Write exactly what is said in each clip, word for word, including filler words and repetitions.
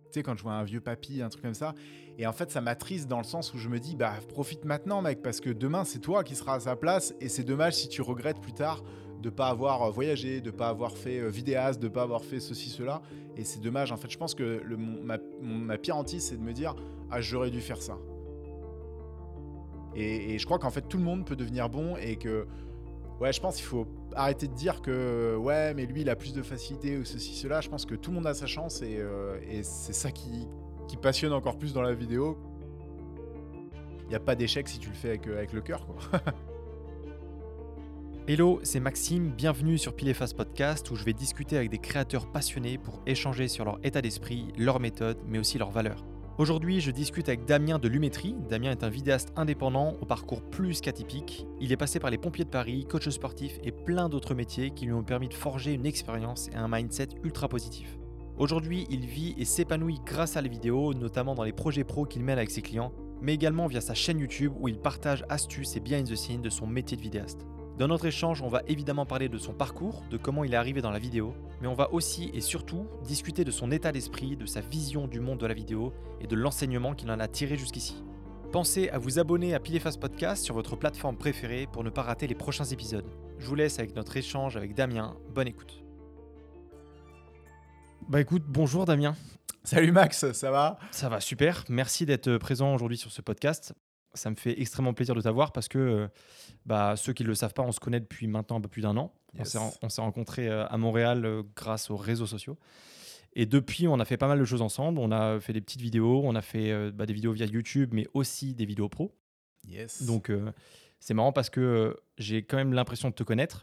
Tu sais, quand je vois un vieux papy, un truc comme ça. Et en fait, ça m'attriste dans le sens où je me dis, bah, profite maintenant, mec, parce que demain, c'est toi qui seras à sa place. Et c'est dommage si tu regrettes plus tard de ne pas avoir euh, voyagé, de ne pas avoir fait euh, vidéaste, de ne pas avoir fait ceci, cela. Et c'est dommage. En fait, je pense que le, mon- ma, mon- ma pire hantise, c'est de me dire, ah, j'aurais dû faire ça. Et, et je crois qu'en fait, tout le monde peut devenir bon et que, ouais, je pense qu'il faut arrêter de dire que, ouais, mais lui, il a plus de facilité ou ceci, cela. Je pense que tout le monde a sa chance et, euh, et c'est ça qui, qui passionne encore plus dans la vidéo. Il n'y a pas d'échec si tu le fais avec, euh, avec le cœur, quoi. Hello, c'est Maxime, bienvenue sur Pile et Face Podcast où je vais discuter avec des créateurs passionnés pour échanger sur leur état d'esprit, leurs méthodes, mais aussi leurs valeurs. Aujourd'hui, je discute avec Damien de Lumétrie. Damien est un vidéaste indépendant au parcours plus qu'atypique. Il est passé par les pompiers de Paris, coach sportif et plein d'autres métiers qui lui ont permis de forger une expérience et un mindset ultra positif. Aujourd'hui, il vit et s'épanouit grâce à la vidéo, notamment dans les projets pro qu'il mène avec ses clients, mais également via sa chaîne YouTube où il partage astuces et behind the scenes de son métier de vidéaste. Dans notre échange, on va évidemment parler de son parcours, de comment il est arrivé dans la vidéo, mais on va aussi et surtout discuter de son état d'esprit, de sa vision du monde de la vidéo et de l'enseignement qu'il en a tiré jusqu'ici. Pensez à vous abonner à Pile et Face Podcast sur votre plateforme préférée pour ne pas rater les prochains épisodes. Je vous laisse avec notre échange avec Damien. Bonne écoute. Bah écoute, bonjour Damien. Salut Max, ça va? Ça va super, merci d'être présent aujourd'hui sur ce podcast. Ça me fait extrêmement plaisir de t'avoir parce que euh, bah, ceux qui ne le savent pas, on se connaît depuis maintenant un peu plus d'un an. On Yes. s'est, ren- on s'est rencontrés euh, à Montréal euh, grâce aux réseaux sociaux. Et depuis, on a fait pas mal de choses ensemble. On a fait des petites vidéos, on a fait euh, bah, des vidéos via YouTube, mais aussi des vidéos pro. Yes. Donc euh, c'est marrant parce que euh, j'ai quand même l'impression de te connaître,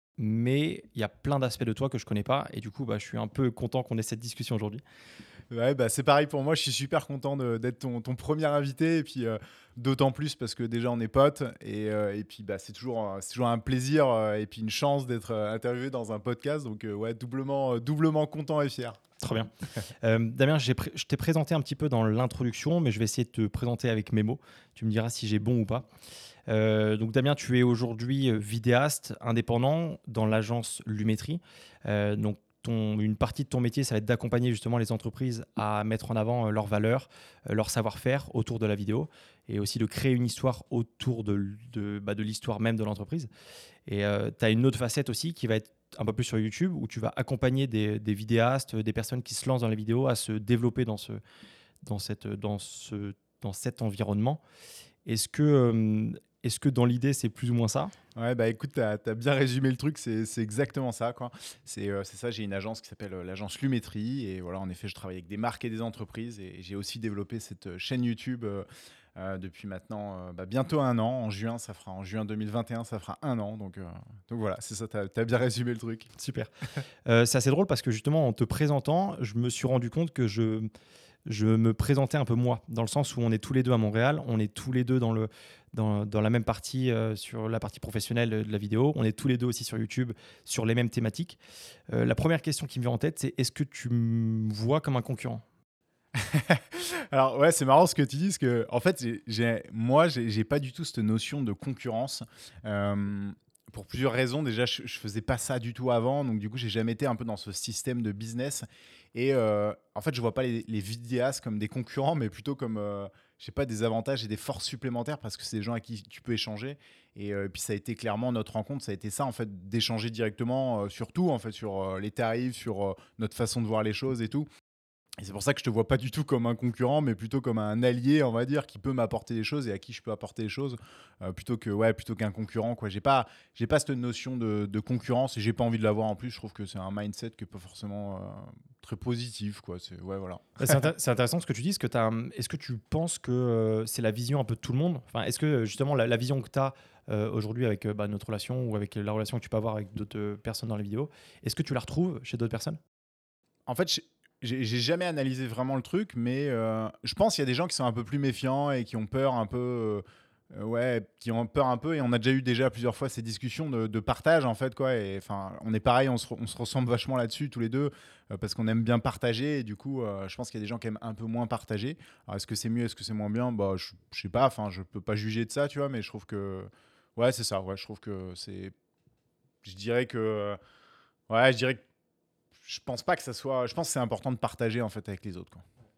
mais il y a plein d'aspects de toi que je connais pas. Et du coup, bah, je suis un peu content qu'on ait cette discussion aujourd'hui. Ouais, bah c'est pareil pour moi. Je suis super content de- d'être ton, ton premier invité. Et puis, euh, d'autant plus parce que déjà, on est potes. Et, euh, et puis, bah, c'est toujours, un- c'est toujours un plaisir euh, et puis une chance d'être euh, interviewé dans un podcast. Donc, euh, ouais, doublement, euh, doublement content et fier. Trop bien. Euh, Damien, j'ai pré- je t'ai présenté un petit peu dans l'introduction, mais je vais essayer de te présenter avec mes mots. Tu me diras si j'ai bon ou pas. Euh, donc Damien, tu es aujourd'hui euh, vidéaste indépendant dans l'agence Lumétrie. Euh, donc ton, une partie de ton métier, ça va être d'accompagner justement les entreprises à mettre en avant euh, leurs valeurs, euh, leur savoir-faire autour de la vidéo et aussi de créer une histoire autour de, de, bah, de l'histoire même de l'entreprise. Et euh, tu as une autre facette aussi qui va être un peu plus sur YouTube où tu vas accompagner des, des vidéastes, des personnes qui se lancent dans les vidéos à se développer dans, ce, dans, cette, dans, ce, dans cet environnement. Est-ce que, euh, est-ce que dans l'idée, c'est plus ou moins ça? Ouais, bah écoute, t'as as bien résumé le truc, c'est c'est exactement ça, quoi. C'est euh, c'est ça, j'ai une agence qui s'appelle euh, l'agence Lumétrie. Et voilà, en effet, je travaille avec des marques et des entreprises. Et j'ai aussi développé cette euh, chaîne YouTube euh, euh, depuis maintenant euh, bah, bientôt un an. En juin, ça fera, en juin deux mille vingt et un, ça fera un an. Donc, euh, donc voilà, c'est ça, t'as as bien résumé le truc. Super. Euh, c'est assez drôle parce que justement, en te présentant, je me suis rendu compte que je, je me présentais un peu moi, dans le sens où on est tous les deux à Montréal, on est tous les deux dans, le, dans, dans la même partie, euh, sur la partie professionnelle de la vidéo, on est tous les deux aussi sur YouTube, sur les mêmes thématiques. Euh, la première question qui me vient en tête, c'est est-ce que tu me vois comme un concurrent? Alors ouais, c'est marrant ce que tu dis, parce que en fait, j'ai- j'ai- moi, j'ai j'ai pas du tout cette notion de concurrence. Euh, pour plusieurs raisons. Déjà, je, je faisais pas ça du tout avant, donc du coup, j'ai jamais été un peu dans ce système de business. Et euh, en fait, je vois pas les, les vidéastes comme des concurrents, mais plutôt comme, euh, je sais pas, des avantages et des forces supplémentaires, parce que c'est des gens à qui tu peux échanger. Et, euh, puis ça a été clairement notre rencontre, ça a été ça en fait, d'échanger directement, euh, sur tout, en fait, sur euh, les tarifs, sur euh, notre façon de voir les choses et tout. Et c'est pour ça que je te vois pas du tout comme un concurrent, mais plutôt comme un allié, on va dire, qui peut m'apporter des choses et à qui je peux apporter des choses, euh, plutôt que ouais, plutôt qu'un concurrent, quoi. J'ai pas, j'ai pas cette notion de, de concurrence et j'ai pas envie de l'avoir en plus. Je trouve que c'est un mindset qui est pas forcément euh, très positif, quoi. C'est ouais, voilà. Bah, C'est intér- c'est intéressant ce que tu dis. Est-ce que, t'as, est-ce que tu penses que euh, c'est la vision un peu de tout le monde? Enfin, est-ce que justement la, la vision que tu as aujourd'hui avec euh, bah, notre relation ou avec la relation que tu peux avoir avec d'autres euh, personnes dans les vidéos, est-ce que tu la retrouves chez d'autres personnes? En fait, j'ai j'ai j'ai jamais analysé vraiment le truc, mais euh, je pense qu'il y a des gens qui sont un peu plus méfiants et qui ont peur un peu. euh, euh, ouais, qui ont peur un peu. Et on a déjà eu déjà plusieurs fois ces discussions de, de partage, en fait, quoi. Et enfin, on est pareil, on se, re- on se ressemble vachement là-dessus, tous les deux, euh, parce qu'on aime bien partager. Et du coup, euh, je pense qu'il y a des gens qui aiment un peu moins partager. Alors, est-ce que c'est mieux, est-ce que c'est moins bien? Bah, je, je sais pas, enfin, je peux pas juger de ça, tu vois, mais je trouve que. Ouais, c'est ça, ouais, je trouve que c'est. Je dirais que. Ouais, je dirais que je pense pas que ça soit. Je pense que c'est important de partager en fait avec les autres, quoi.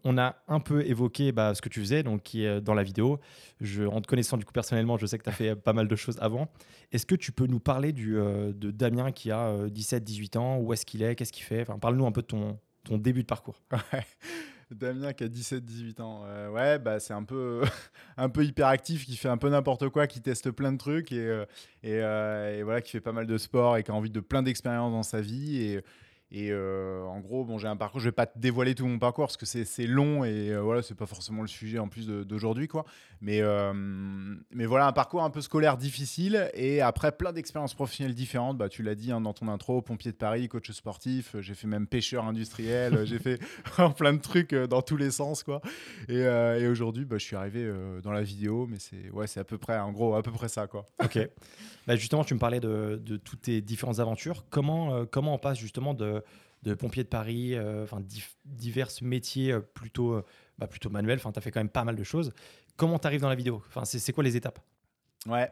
on a un peu évoqué bah, ce que tu faisais, donc qui est dans la vidéo. Je, en te connaissant du coup personnellement, je sais que tu as fait pas mal de choses avant. Est-ce que tu peux nous parler du, euh, de Damien qui a euh, dix-sept dix-huit ans? Où est-ce qu'il est? Qu'est-ce qu'il fait? Enfin, parle-nous un peu de ton, ton début de parcours. Ouais. Damien qui a dix-sept dix-huit ans. Euh, ouais, bah, c'est un peu, un peu hyperactif, qui fait un peu n'importe quoi, qui teste plein de trucs et, euh, et, euh, et voilà, qui fait pas mal de sport et qui a envie de plein d'expériences dans sa vie. Et, et euh, en gros, bon, j'ai un parcours, je vais pas te dévoiler tout mon parcours parce que c'est, c'est long et euh, voilà, c'est pas forcément le sujet en plus de- d'aujourd'hui, quoi. Mais, euh, mais voilà, un parcours un peu scolaire difficile et après plein d'expériences professionnelles différentes. Bah, tu l'as dit hein, dans ton intro, pompier de Paris, coach sportif, euh, j'ai fait même pêcheur industriel, euh, j'ai fait plein de trucs euh, dans tous les sens, quoi. Et, euh, et aujourd'hui, bah, je suis arrivé euh, dans la vidéo, mais c'est ouais, c'est à peu près, en gros, à peu près ça, quoi. Ok. Bah, justement, tu me parlais de, de toutes tes différentes aventures. Comment, euh, comment on passe justement de, de pompier de Paris, euh, enfin dif- divers métiers euh, plutôt, euh, bah, plutôt manuels. Enfin, tu as fait quand même pas mal de choses. Comment tu arrives dans la vidéo? Enfin, c'est c'est quoi les étapes? Ouais.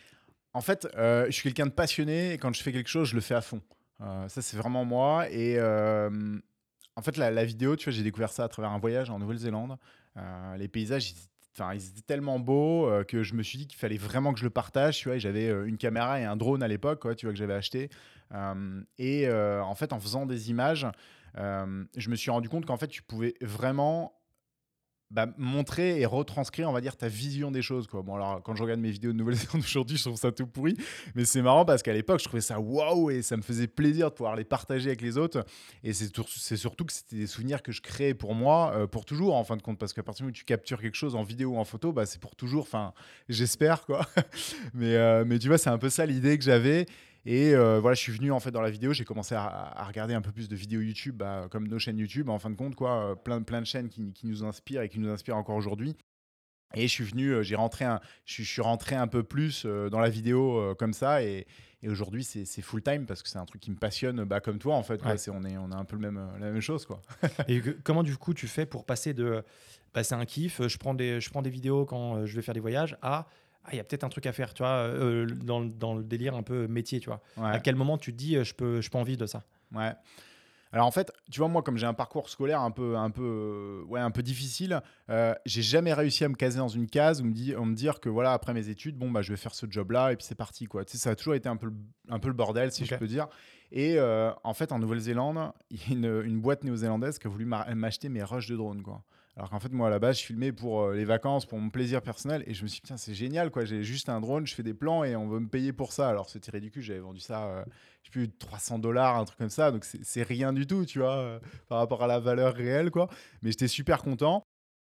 En fait, euh, je suis quelqu'un de passionné et quand je fais quelque chose, je le fais à fond. Euh, ça, c'est vraiment moi. Et euh, en fait, la, la vidéo, tu vois, j'ai découvert ça à travers un voyage en Nouvelle-Zélande. Euh, les paysages, ils, enfin, ils étaient tellement beaux euh, que je me suis dit qu'il fallait vraiment que je le partage. Tu vois, et j'avais euh, une caméra et un drone à l'époque, quoi, tu vois, que j'avais acheté. Euh, et euh, en fait, en faisant des images, euh, je me suis rendu compte qu'en fait, tu pouvais vraiment bah, montrer et retranscrire, on va dire, ta vision des choses, quoi. Bon, alors, quand je regarde mes vidéos de Nouvelle-Zélande aujourd'hui, je trouve ça tout pourri, mais c'est marrant parce qu'à l'époque, je trouvais ça waouh et ça me faisait plaisir de pouvoir les partager avec les autres. Et c'est, tour- c'est surtout que c'était des souvenirs que je créais pour moi, euh, pour toujours, en fin de compte, parce qu'à partir du moment où tu captures quelque chose en vidéo ou en photo, bah, c'est pour toujours, enfin, j'espère, quoi. mais, euh, mais tu vois, c'est un peu ça l'idée que j'avais. Et euh, voilà, je suis venu en fait dans la vidéo, j'ai commencé à, à regarder un peu plus de vidéos YouTube, bah, comme nos chaînes YouTube, en fin de compte, quoi, euh, plein, plein de chaînes qui, qui nous inspirent et qui nous inspirent encore aujourd'hui. Et je suis venu, euh, j'ai rentré un, je, suis- je suis rentré un peu plus euh, dans la vidéo euh, comme ça. Et, et aujourd'hui, c'est, c'est full time parce que c'est un truc qui me passionne, bah, comme toi en fait. Quoi. Ouais. C'est, on, est, on a un peu le même, euh, la même chose, quoi. Et que- comment du coup tu fais pour passer de bah, c'est un kiff, euh, je prends des, je prends des vidéos quand euh, je vais faire des voyages à ah, il y a peut-être un truc à faire, tu vois, euh, dans, le- dans le délire un peu métier, tu vois. À Ouais, quel moment tu te dis euh, je peux, je peux en vivre de ça? ouais. Alors en fait, tu vois, moi, comme j'ai un parcours scolaire un peu, un peu, euh, ouais, un peu difficile, euh, j'ai jamais réussi à me caser dans une case ou me, di- ou me dire que voilà, après mes études, bon, bah, je vais faire ce job-là et puis c'est parti, quoi. Tu sais, ça a toujours été un peu, le- un peu le bordel, si Ok. je peux dire. Et euh, en fait, en Nouvelle-Zélande, il y a une, une boîte néo-zélandaise qui a voulu m'a- m'acheter mes rushs de drone, quoi. Alors qu'en fait, moi, à la base, je filmais pour euh, les vacances, pour mon plaisir personnel. Et je me suis dit, putain, c'est génial, quoi. J'ai juste un drone, je fais des plans et on veut me payer pour ça. Alors, c'était ridicule. J'avais vendu ça, euh, je sais plus, trois cents dollars, un truc comme ça. Donc, c'est c'est rien du tout, tu vois, euh, par rapport à la valeur réelle, quoi. Mais j'étais super content.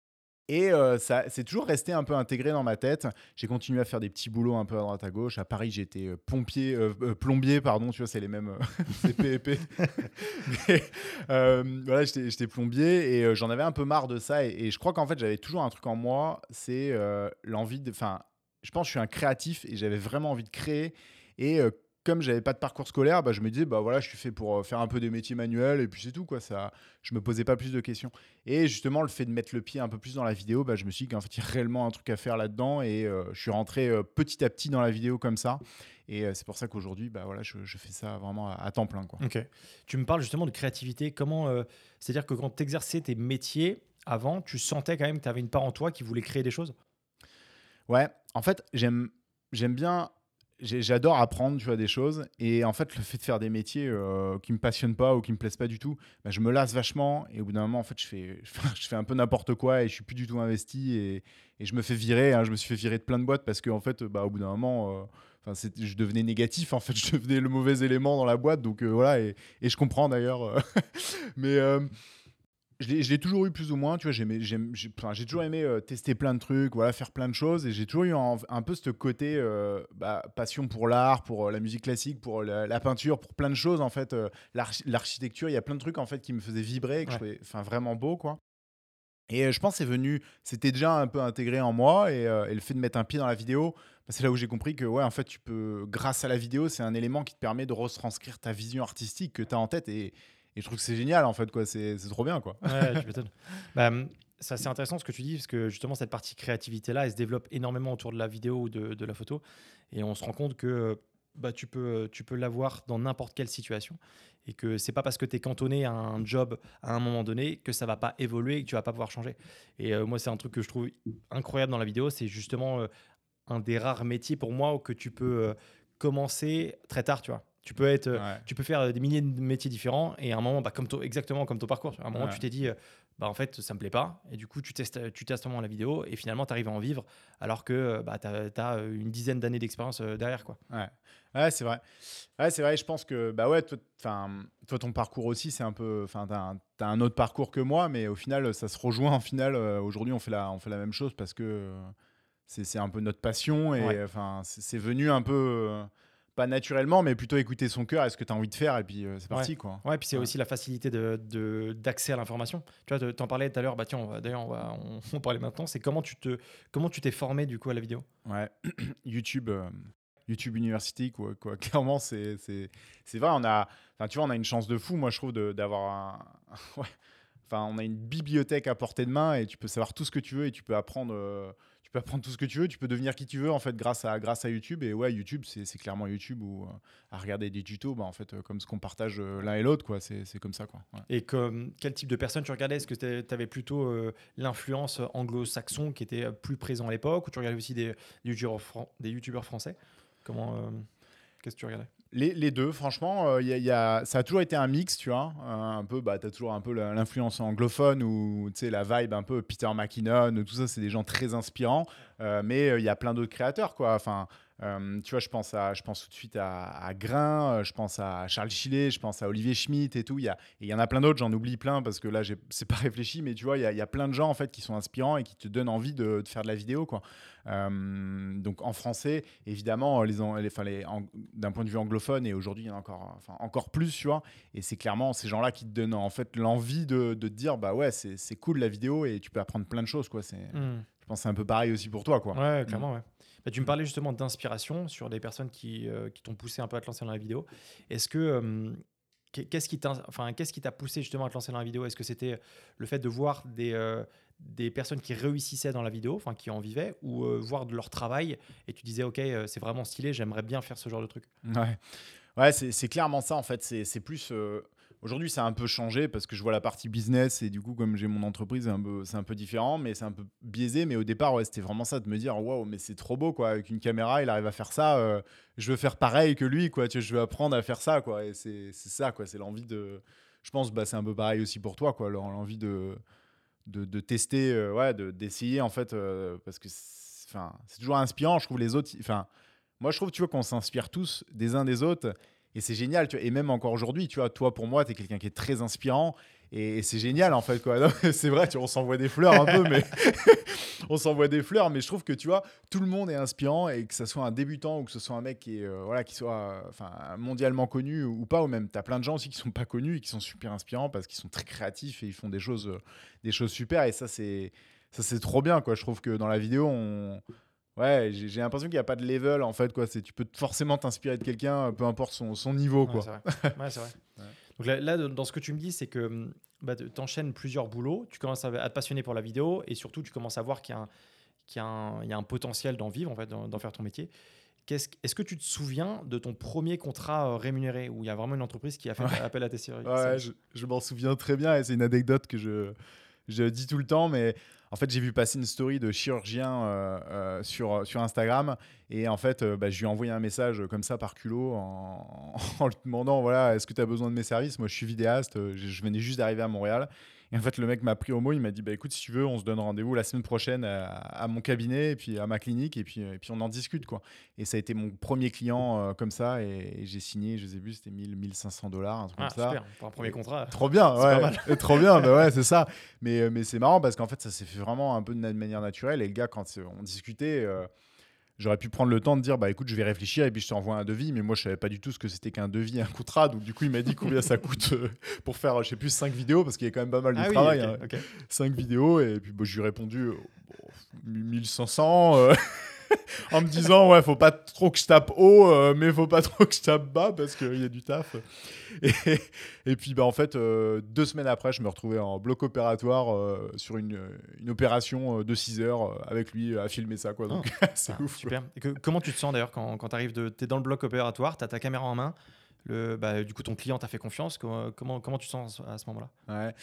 Et euh, ça, c'est toujours resté un peu intégré dans ma tête. J'ai continué à faire des petits boulots un peu à droite à gauche. À Paris, j'étais euh, pompier, euh, euh, plombier, pardon, tu vois, c'est les mêmes, euh, c'est P et P. Mais euh, voilà, j'étais, j'étais plombier et euh, j'en avais un peu marre de ça. Et, et je crois qu'en fait, j'avais toujours un truc en moi, c'est euh, l'envie de. Enfin, je pense que je suis un créatif et j'avais vraiment envie de créer. Et euh, comme j'avais pas de parcours scolaire, bah, je me disais, bah voilà, je suis fait pour euh, faire un peu des métiers manuels et puis c'est tout, quoi. Ça, je me posais pas plus de questions. Et justement, le fait de mettre le pied un peu plus dans la vidéo, bah, je me suis dit qu'en fait, il y a réellement un truc à faire là-dedans. Et euh, je suis rentré euh, petit à petit dans la vidéo comme ça. Et euh, c'est pour ça qu'aujourd'hui, bah, voilà, je, je fais ça vraiment à, à temps plein, quoi. Ok. Tu me parles justement de créativité. Comment, euh, c'est-à-dire que quand tu exerçais tes métiers avant, tu sentais quand même que tu avais une part en toi qui voulait créer des choses? Ouais, en fait, j'aime, j'aime bien, j'ai- j'adore apprendre, tu vois, des choses. Et en fait, le fait de faire des métiers euh, qui me passionnent pas ou qui me plaisent pas du tout, bah, je me lasse vachement. Et au bout d'un moment, en fait, je fais, je fais un peu n'importe quoi et je suis plus du tout investi. Et, et je me fais virer. Hein, je me suis fait virer de plein de boîtes parce qu'en fait, bah, au bout d'un moment, euh, enfin, c'est- je devenais négatif. En fait, je devenais le mauvais élément dans la boîte. Donc euh, voilà, et, et je comprends d'ailleurs. euh, Mais euh, je l'ai je l'ai toujours eu plus ou moins, tu vois, j'aimais- j'aime- j'ai enfin, j'ai toujours aimé euh, tester plein de trucs, voilà, faire plein de choses, et j'ai toujours eu un, un peu ce côté euh, bah, passion pour l'art, pour euh, la musique classique, pour la, la peinture, pour plein de choses, en fait, euh, l'archi- l'architecture, il y a plein de trucs, en fait, qui me faisaient vibrer, et que je Ouais. trouvais enfin, vraiment beau, quoi. Et euh, je pense que c'est venu, c'était déjà un peu intégré en moi, et, euh, et le fait de mettre un pied dans la vidéo, bah, c'est là où j'ai compris que, ouais, en fait, tu peux, grâce à la vidéo, c'est un élément qui te permet de retranscrire ta vision artistique que tu as en tête, et, et je trouve que c'est génial, en fait, quoi, c'est c'est trop bien, quoi. Ouais, tu m'étonnes. Bah, hum, c'est assez intéressant ce que tu dis, parce que justement, cette partie créativité-là, elle se développe énormément autour de la vidéo ou de, de la photo. Et on se rend compte que bah, tu peux, tu peux l'avoir dans n'importe quelle situation et que c'est pas parce que tu es cantonné à un job à un moment donné que ça va pas évoluer et que tu vas pas pouvoir changer. Et euh, moi, c'est un truc que je trouve incroyable dans la vidéo, c'est justement euh, un des rares métiers pour moi que tu peux euh, commencer très tard, tu vois. Tu peux, être, euh, Ouais, tu peux faire des milliers de métiers différents et à un moment, bah, comme ton- exactement comme ton parcours, tu vois, à un moment, tu ouais. t'es dit, euh, bah, en fait, ça me plaît pas. Et du coup, tu testes, tu testes un moment la vidéo et finalement, tu arrives à en vivre alors que euh, bah, tu as une dizaine d'années d'expérience euh, derrière, quoi. Ouais, ouais, c'est vrai. Ouais, c'est vrai. Je pense que bah ouais, toi, enfin, toi, ton parcours aussi, c'est un peu, enfin, t'as un, t'as un autre parcours que moi, mais au final, ça se rejoint. En final, euh, aujourd'hui, on fait la, on fait la même chose parce que euh, c'est, c'est un peu notre passion et Ouais. enfin, c'est, c'est venu un peu euh, pas naturellement, mais plutôt écouter son cœur et ce que tu as envie de faire et puis euh, c'est Ouais. parti quoi. Ouais, puis c'est Ouais. aussi la facilité de, de- d'accès à l'information. Tu vois, tu en parlais tout à l'heure, bah tiens, on va, d'ailleurs, on va on, on parlait maintenant, c'est comment tu te comment tu t'es formé du coup à la vidéo. Ouais. YouTube, euh, YouTube University, quoi, quoi. Clairement, c'est, c'est, c'est vrai. On a, enfin, tu vois, on a une chance de fou, moi, je trouve, de- d'avoir un, ouais. Enfin, on a une bibliothèque à portée de main et tu peux savoir tout ce que tu veux et tu peux apprendre, euh, tu peux apprendre tout ce que tu veux. Tu peux devenir qui tu veux en fait grâce à, grâce à YouTube. Et ouais, YouTube, c'est, c'est clairement YouTube où euh, à regarder des tutos, bah, en fait, euh, comme ce qu'on partage euh, l'un et l'autre, quoi. C'est, c'est comme ça, quoi. Ouais. Et comme, quel type de personne tu regardais? Est-ce que tu avais plutôt euh, l'influence anglo-saxon qui était euh, plus présent à l'époque ou tu regardais aussi des, des youtubeurs, fran- des youtubeurs français? Comment, euh, qu'est-ce que tu regardais? Les, les deux, franchement, euh, y a- y a, ça a toujours été un mix, tu vois. Euh, un peu, bah, tu as toujours un peu la- l'influence anglophone ou tu sais, la vibe un peu Peter McKinnon, tout ça, c'est des gens très inspirants. Euh, mais il y a plein d'autres créateurs, quoi. Enfin, euh, tu vois, je pense, à, je pense tout de suite à, à Grain, euh, je pense à Charles Chillet, je pense à Olivier Schmitt et tout. Il y, a, et il y en a plein d'autres, j'en oublie plein parce que là, j'ai- c'est pas réfléchi, mais tu vois, il y a, il y a plein de gens en fait qui sont inspirants et qui te donnent envie de, de faire de la vidéo, quoi. Euh, donc en français, évidemment, les, an- les, enfin, les, en- d'un point de vue anglophone, et aujourd'hui il y en a encore, enfin, encore plus, tu vois. Et c'est clairement ces gens-là qui te donnent en fait l'envie de, de te dire, bah ouais, c'est, c'est cool la vidéo et tu peux apprendre plein de choses, quoi. C'est, Hmm. je pense que c'est un peu pareil aussi pour toi, quoi. Ouais, Mm. clairement, ouais. Bah, tu me parlais justement d'inspiration sur des personnes qui, euh, qui t'ont poussé un peu à te lancer dans la vidéo. Est-ce que euh, qu'est- qu'est-ce qui t'a, enfin, qu'est-ce qui t'a poussé justement à te lancer dans la vidéo? Est-ce que c'était le fait de voir des, euh, des personnes qui réussissaient dans la vidéo, enfin qui en vivaient, ou euh, voir de leur travail et tu disais ok, euh, c'est vraiment stylé, j'aimerais bien faire ce genre de truc. Ouais. Ouais, c'est c'est clairement ça en fait. C'est c'est plus. euh, Aujourd'hui, ça a un peu changé parce que je vois la partie business et du coup, comme j'ai mon entreprise, c'est un peu, c'est un peu différent, mais c'est un peu biaisé. Mais au départ, ouais, c'était vraiment ça de me dire waouh, mais c'est trop beau quoi. Avec une caméra, il arrive à faire ça. euh, je veux faire pareil que lui quoi. Tu vois, je veux apprendre à faire ça quoi. Et c'est c'est ça quoi. C'est l'envie de. Je pense bah, c'est un peu pareil aussi pour toi quoi. l'en- L'envie de, de, de tester, euh, ouais, de- d'essayer en fait. euh, parce que c'est 'fin, c'est toujours inspirant. Je trouve les autres. Enfin, moi, je trouve, tu vois, qu'on s'inspire tous des uns des autres. Et c'est génial, tu vois. Et même encore aujourd'hui, tu vois, toi, pour moi, tu es quelqu'un qui est très inspirant. Et, et c'est génial, en fait, quoi. Non, c'est vrai, tu vois, on s'envoie des fleurs un peu, mais on s'envoie des fleurs. Mais je trouve que, tu vois, tout le monde est inspirant. Et que ce soit un débutant ou que ce soit un mec qui, est, euh, voilà, qui soit euh, enfin, mondialement connu ou pas, ou même, tu as plein de gens aussi qui sont pas connus et qui sont super inspirants parce qu'ils sont très créatifs et ils font des choses, euh, des choses super. Et ça, c'est. Ça, c'est trop bien, quoi. Je trouve que dans la vidéo, on, ouais, j'ai j'ai l'impression qu'il n'y a pas de level en fait quoi. C'est tu peux forcément t'inspirer de quelqu'un, euh, peu importe son, son niveau Ouais, quoi. c'est vrai. Ouais, c'est vrai. Ouais. Donc là, là, dans ce que tu me dis, c'est que hum, bah, tu enchaînes plusieurs boulots, tu commences à, à te passionner pour la vidéo et surtout tu commences à voir qu'il y a un, qu'il y a un, il y a un potentiel d'en vivre, en fait, d'en d'en faire ton métier. Qu'est-ce, est-ce que tu te souviens de ton premier contrat euh, rémunéré où il y a vraiment une entreprise qui a fait Ouais, appel à tes séri- ouais, services? je, je m'en souviens très bien et c'est une anecdote que je, je dis tout le temps, mais en fait j'ai vu passer une story de chirurgien euh, euh, sur, sur Instagram et en fait euh, bah, je lui ai envoyé un message comme ça par culot en, en lui demandant voilà est-ce que tu as besoin de mes services, moi je suis vidéaste, euh, je, je venais juste d'arriver à Montréal. Et en fait, le mec m'a pris au mot. Il m'a dit bah, écoute, si tu veux, on se donne rendez-vous la semaine prochaine à, à mon cabinet et puis à ma clinique et puis, et puis on en discute. Quoi. Et ça a été mon premier client euh, comme ça. Et, et j'ai signé, je sais plus, c'était mille, mille cinq cents dollars, un truc comme Ah, ça. super, pour un premier Et contrat, trop bien, c'est pas ouais. mal. Et trop bien, bah ouais, c'est ça. Mais, euh, mais c'est marrant parce qu'en fait, ça s'est fait vraiment un peu de na- manière naturelle. Et le gars, quand euh, on discutait. euh, J'aurais pu prendre le temps de dire bah écoute je vais réfléchir et puis je t'envoie un devis mais moi je savais pas du tout ce que c'était qu'un devis un contrat donc du coup il m'a dit combien ça coûte euh, pour faire je sais plus cinq vidéos parce qu'il y a quand même pas mal de Ah oui, travail ok, hein. ok. cinq vidéos et puis bah, je lui ai répondu euh, bon, mille cinq cents euh, en me disant, ouais, faut pas trop que je tape haut, euh, mais faut pas trop que je tape bas parce qu'il y a du taf. Et, et puis, bah, en fait, euh, deux semaines après, je me retrouvais en bloc opératoire euh, sur une, une opération de six heures euh, avec lui à filmer ça, quoi. Donc, Oh, c'est ah, ouf. super. Et que- comment tu te sens d'ailleurs quand, quand tu arrives, de, t'es dans le bloc opératoire, tu as ta caméra en main, le, bah, du coup ton client t'a fait confiance, comment, comment, comment tu te sens à ce moment-là? Quoi. Ouais.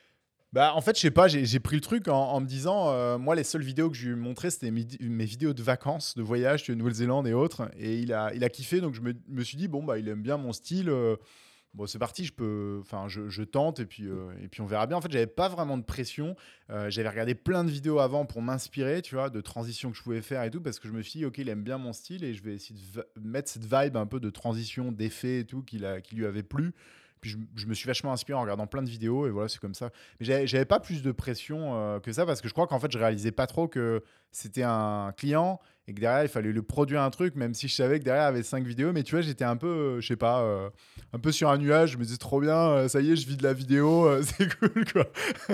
Bah, en fait, je sais pas, j'ai j'ai pris le truc en, en me disant, euh, moi, les seules vidéos que je lui ai montrées, c'était mes, mes vidéos de vacances, de voyage, de Nouvelle-Zélande et autres. Et il a, il a kiffé, donc je me, me suis dit, bon, bah, il aime bien mon style. euh, bon, c'est parti, je peux, enfin, je, je tente et puis, euh, et puis on verra bien. En fait, j'avais pas vraiment de pression. Euh, j'avais regardé plein de vidéos avant pour m'inspirer, tu vois, de transitions que je pouvais faire et tout, parce que je me suis dit, ok, il aime bien mon style et je vais essayer de va- mettre cette vibe un peu de transition, d'effet et tout, qu'il a, qui lui avait plu. Puis je, je me suis vachement inspiré en regardant plein de vidéos et voilà, c'est comme ça. Mais j'avais j'avais pas plus de pression euh, que ça parce que je crois qu'en fait, je réalisais pas trop que c'était un client et que derrière, il fallait lui produire un truc, même si je savais que derrière, il y avait cinq vidéos. Mais tu vois, j'étais un peu, euh, je sais pas, euh, un peu sur un nuage. Je me disais trop bien, euh, ça y est, je vis de la vidéo, euh, c'est cool, quoi.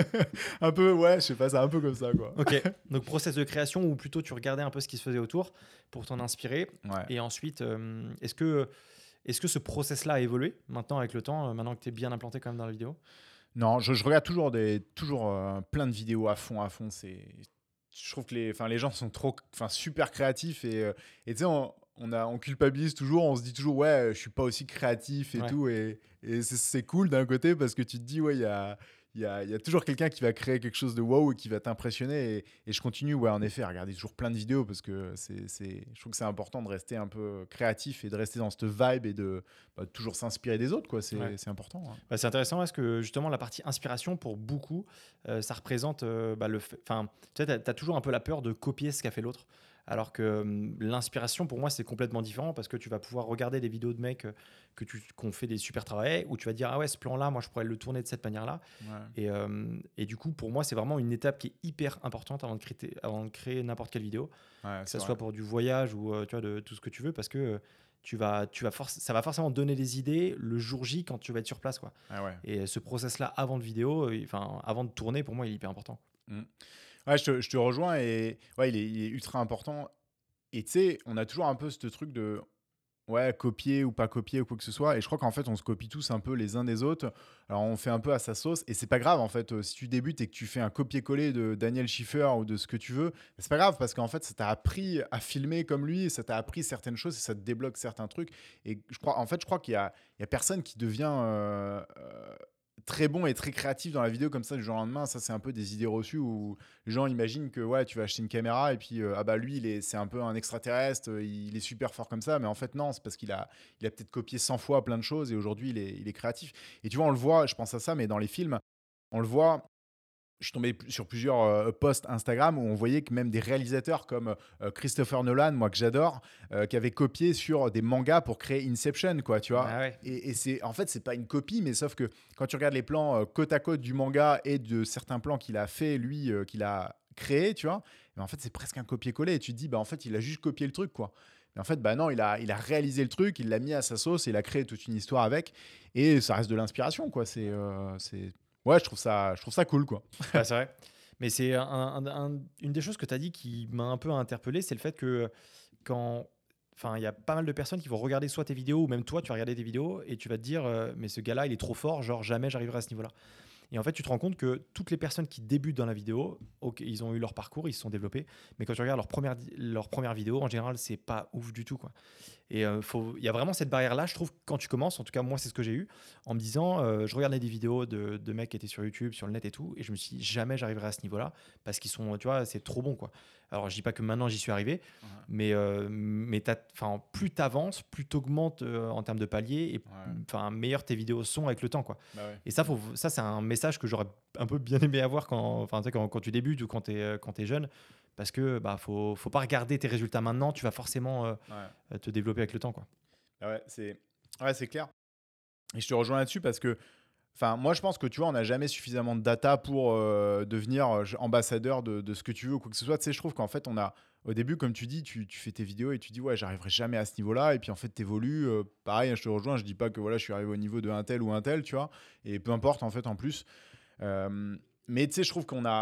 Un peu, ouais, je sais pas, c'est un peu comme ça, quoi. Ok, donc process de création ou plutôt tu regardais un peu ce qui se faisait autour pour t'en inspirer. Ouais. Et ensuite, euh, est-ce que, est-ce que ce process-là a évolué maintenant avec le temps, euh, maintenant que tu es bien implanté quand même dans la vidéo? Non, je, je regarde toujours, des, toujours euh, plein de vidéos à fond, à fond. C'est, je trouve que les, enfin, les gens sont trop, enfin, super créatifs et, euh, et tu sais, on, on, a, on culpabilise toujours, on se dit toujours, ouais, je suis pas aussi créatif et Ouais. tout. Et, et c'est, c'est cool d'un côté parce que tu te dis, ouais, il y a, il y, a, il y a toujours quelqu'un qui va créer quelque chose de wow et qui va t'impressionner. Et, et je continue, ouais, en effet, à regarder toujours plein de vidéos parce que c'est, c'est, je trouve que c'est important de rester un peu créatif et de rester dans cette vibe et de bah, toujours s'inspirer des autres, quoi. Ouais. C'est, c'est important. Hein. Bah, c'est intéressant parce que justement la partie inspiration pour beaucoup, euh, ça représente euh, bah, le fait, enfin, tu sais, t'as, t'as toujours un peu la peur de copier ce qu'a fait l'autre. Alors que hum, l'inspiration pour moi c'est complètement différent parce que tu vas pouvoir regarder des vidéos de mecs euh, que tu qui ont fait des super travaux où tu vas te dire ah ouais ce plan là moi je pourrais le tourner de cette manière là Ouais, et, euh, et du coup pour moi c'est vraiment une étape qui est hyper importante avant de créer, avant de créer n'importe quelle vidéo, ouais, que c'est ça vrai. soit pour du voyage ou euh, tu vois, de tout ce que tu veux, parce que euh, tu vas, tu vas forc- ça va forcément donner des idées le jour J quand tu vas être sur place, quoi. Ah ouais. Et ce process-là avant de vidéo, euh, enfin avant de tourner, pour moi, il est hyper important. Mm. Ouais, je te, je te rejoins et ouais, il est, il est ultra important. Et tu sais, on a toujours un peu ce truc de ouais, copier ou pas copier ou quoi que ce soit. Et je crois qu'en fait, on se copie tous un peu les uns des autres. Alors, on fait un peu à sa sauce. Et c'est pas grave, en fait. Euh, Si tu débutes et que tu fais un copier-coller de Daniel Schiffer ou de ce que tu veux, c'est pas grave parce qu'en fait, ça t'a appris à filmer comme lui. Ça t'a appris certaines choses et ça te débloque certains trucs. Et je crois, en fait, je crois qu'il y a, il y a personne qui devient euh, euh, très bon et très créatif dans la vidéo comme ça du jour au lendemain. Ça, c'est un peu des idées reçues où les gens imaginent que ouais, tu vas acheter une caméra et puis euh, ah bah lui, il est, c'est un peu un extraterrestre, euh, il est super fort comme ça. Mais en fait, non, c'est parce qu'il a, il a peut-être copié cent fois plein de choses et aujourd'hui, il est, il est créatif. Et tu vois, on le voit, je pense à ça, mais dans les films, on le voit. Je suis tombé p- sur plusieurs euh, posts Instagram où on voyait que même des réalisateurs comme euh, Christopher Nolan, moi que j'adore, euh, qui avaient copié sur des mangas pour créer Inception, quoi, tu vois. Ah ouais. Et, et c'est, en fait, c'est pas une copie, mais sauf que quand tu regardes les plans euh, côte à côte du manga et de certains plans qu'il a fait, lui, euh, qu'il a créé, tu vois, mais en fait, c'est presque un copier-coller. Et tu te dis, bah, en fait, il a juste copié le truc, quoi. Mais en fait, bah non, il a, il a réalisé le truc, il l'a mis à sa sauce, et il a créé toute une histoire avec, et ça reste de l'inspiration, quoi. C'est, euh, c'est, ouais, je trouve ça, je trouve ça cool, quoi. Ouais, c'est vrai. Mais c'est un- un- un- une des choses que tu as dit qui m'a un peu interpellé, c'est le fait que quand. Enfin, il y a pas mal de personnes qui vont regarder soit tes vidéos ou même toi, tu vas regarder tes vidéos et tu vas te dire, euh, mais ce gars-là, il est trop fort, genre jamais j'arriverai à ce niveau-là. Et en fait, tu te rends compte que toutes les personnes qui débutent dans la vidéo, ok, ils ont eu leur parcours, ils se sont développés, mais quand tu regardes leur première, di- leur première vidéo, en général, c'est pas ouf du tout, quoi. Et euh, faut- il y a vraiment cette barrière-là, je trouve, quand tu commences, en tout cas, moi, c'est ce que j'ai eu, en me disant, euh, je regardais des vidéos de, de mecs qui étaient sur YouTube, sur le net et tout, et je me suis dit, jamais j'arriverai à ce niveau-là, parce qu'ils sont, tu vois, c'est trop bon, quoi. Alors, je dis pas que maintenant j'y suis arrivé, Ouais. mais, euh, mais t'as- 'fin, plus tu avances, plus tu augmentes en termes de paliers, et Ouais. enfin, meilleures tes vidéos sont avec le temps, quoi. Bah ouais. Et ça, faut, ça c'est un message que j'aurais un peu bien aimé avoir quand, enfin, tu sais, quand, quand tu débutes ou quand tu es, quand t'es jeune, parce que bah, faut, faut pas regarder tes résultats maintenant, tu vas forcément euh, Ouais. euh, te développer avec le temps, quoi. Ah ouais, c'est, ouais, c'est clair. Et je te rejoins là-dessus parce que, enfin, moi, je pense que tu vois, on n'a jamais suffisamment de data pour euh, devenir euh, ambassadeur de, de ce que tu veux ou quoi que ce soit. Tu sais, je trouve qu'en fait, on a, au début, comme tu dis, tu, tu fais tes vidéos et tu dis, ouais, j'arriverai jamais à ce niveau-là. Et puis, en fait, tu évolues. Pareil, hein, je te rejoins. Je dis pas que voilà, je suis arrivé au niveau de un tel ou un tel, tu vois. Et peu importe, en fait, en plus. Euh, mais tu sais, je trouve qu'on a.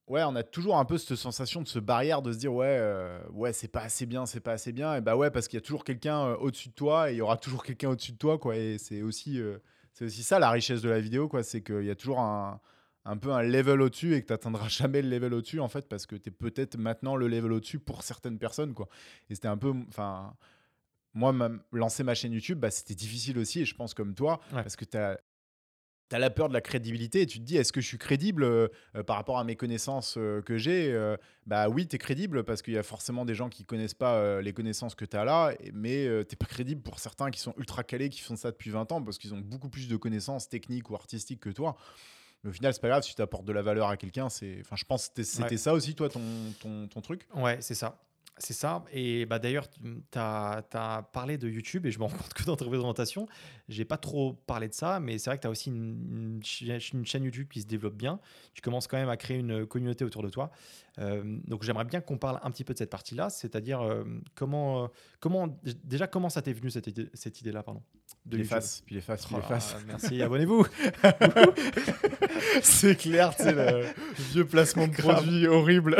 ouais, on a toujours un peu cette sensation de ce barrière de se dire: «Ouais, heu, ouais, c'est pas assez bien, c'est pas assez bien» et bah, ouais, parce qu'il y a toujours quelqu'un, heu, au-dessus de toi et il y aura toujours quelqu'un au-dessus de toi, quoi et c'est aussi, heu, c'est aussi ça la richesse de la vidéo, quoi. C'est qu'il y a toujours un un peu un level au-dessus et que tu atteindras jamais le level au-dessus, en fait, parce que tu es peut-être maintenant le level au-dessus pour certaines personnes, quoi et c'était un peu enfin, moi, ma lancer ma chaîne YouTube, bah, c'était difficile aussi et je pense comme toi, Ouais. parce que tu as tu as la peur de la crédibilité et tu te dis: «Est-ce que je suis crédible, heu heu, par rapport à mes connaissances, heu, que j'ai?» heu, bah, oui, tu es crédible parce qu'il y a forcément des gens qui connaissent pas, heu, les connaissances que tu as là et mais heu, tu es pas crédible pour certains qui sont ultra calés, qui font ça depuis vingt ans parce qu'ils ont beaucoup plus de connaissances techniques ou artistiques que toi. Mais au final, c'est pas grave si tu apportes de la valeur à quelqu'un, c'est enfin, je pense que c'était Ouais. c'était ça aussi toi ton ton ton truc? Ouais, c'est ça. C'est ça et bah, d'ailleurs, tu as parlé de YouTube et je me rends compte que dans ta présentation, j'ai pas trop parlé de ça, mais c'est vrai que tu as aussi une une chai une chaîne YouTube qui se développe bien. Tu commences quand même à créer une communauté autour de toi. Hem, donc j'aimerais bien qu'on parle un petit peu de cette partie-là, c'est-à-dire, hem, comment, heu, comment dé déjà comment ça t'est venu cette idée cette idée-là, pardon, de Puis les YouTube? faces, puis les faces, puis Oh les faces. là, merci, abonnez-vous! Wouhou! C'est clair, tu sais, le vieux placement de Grave. produit horrible.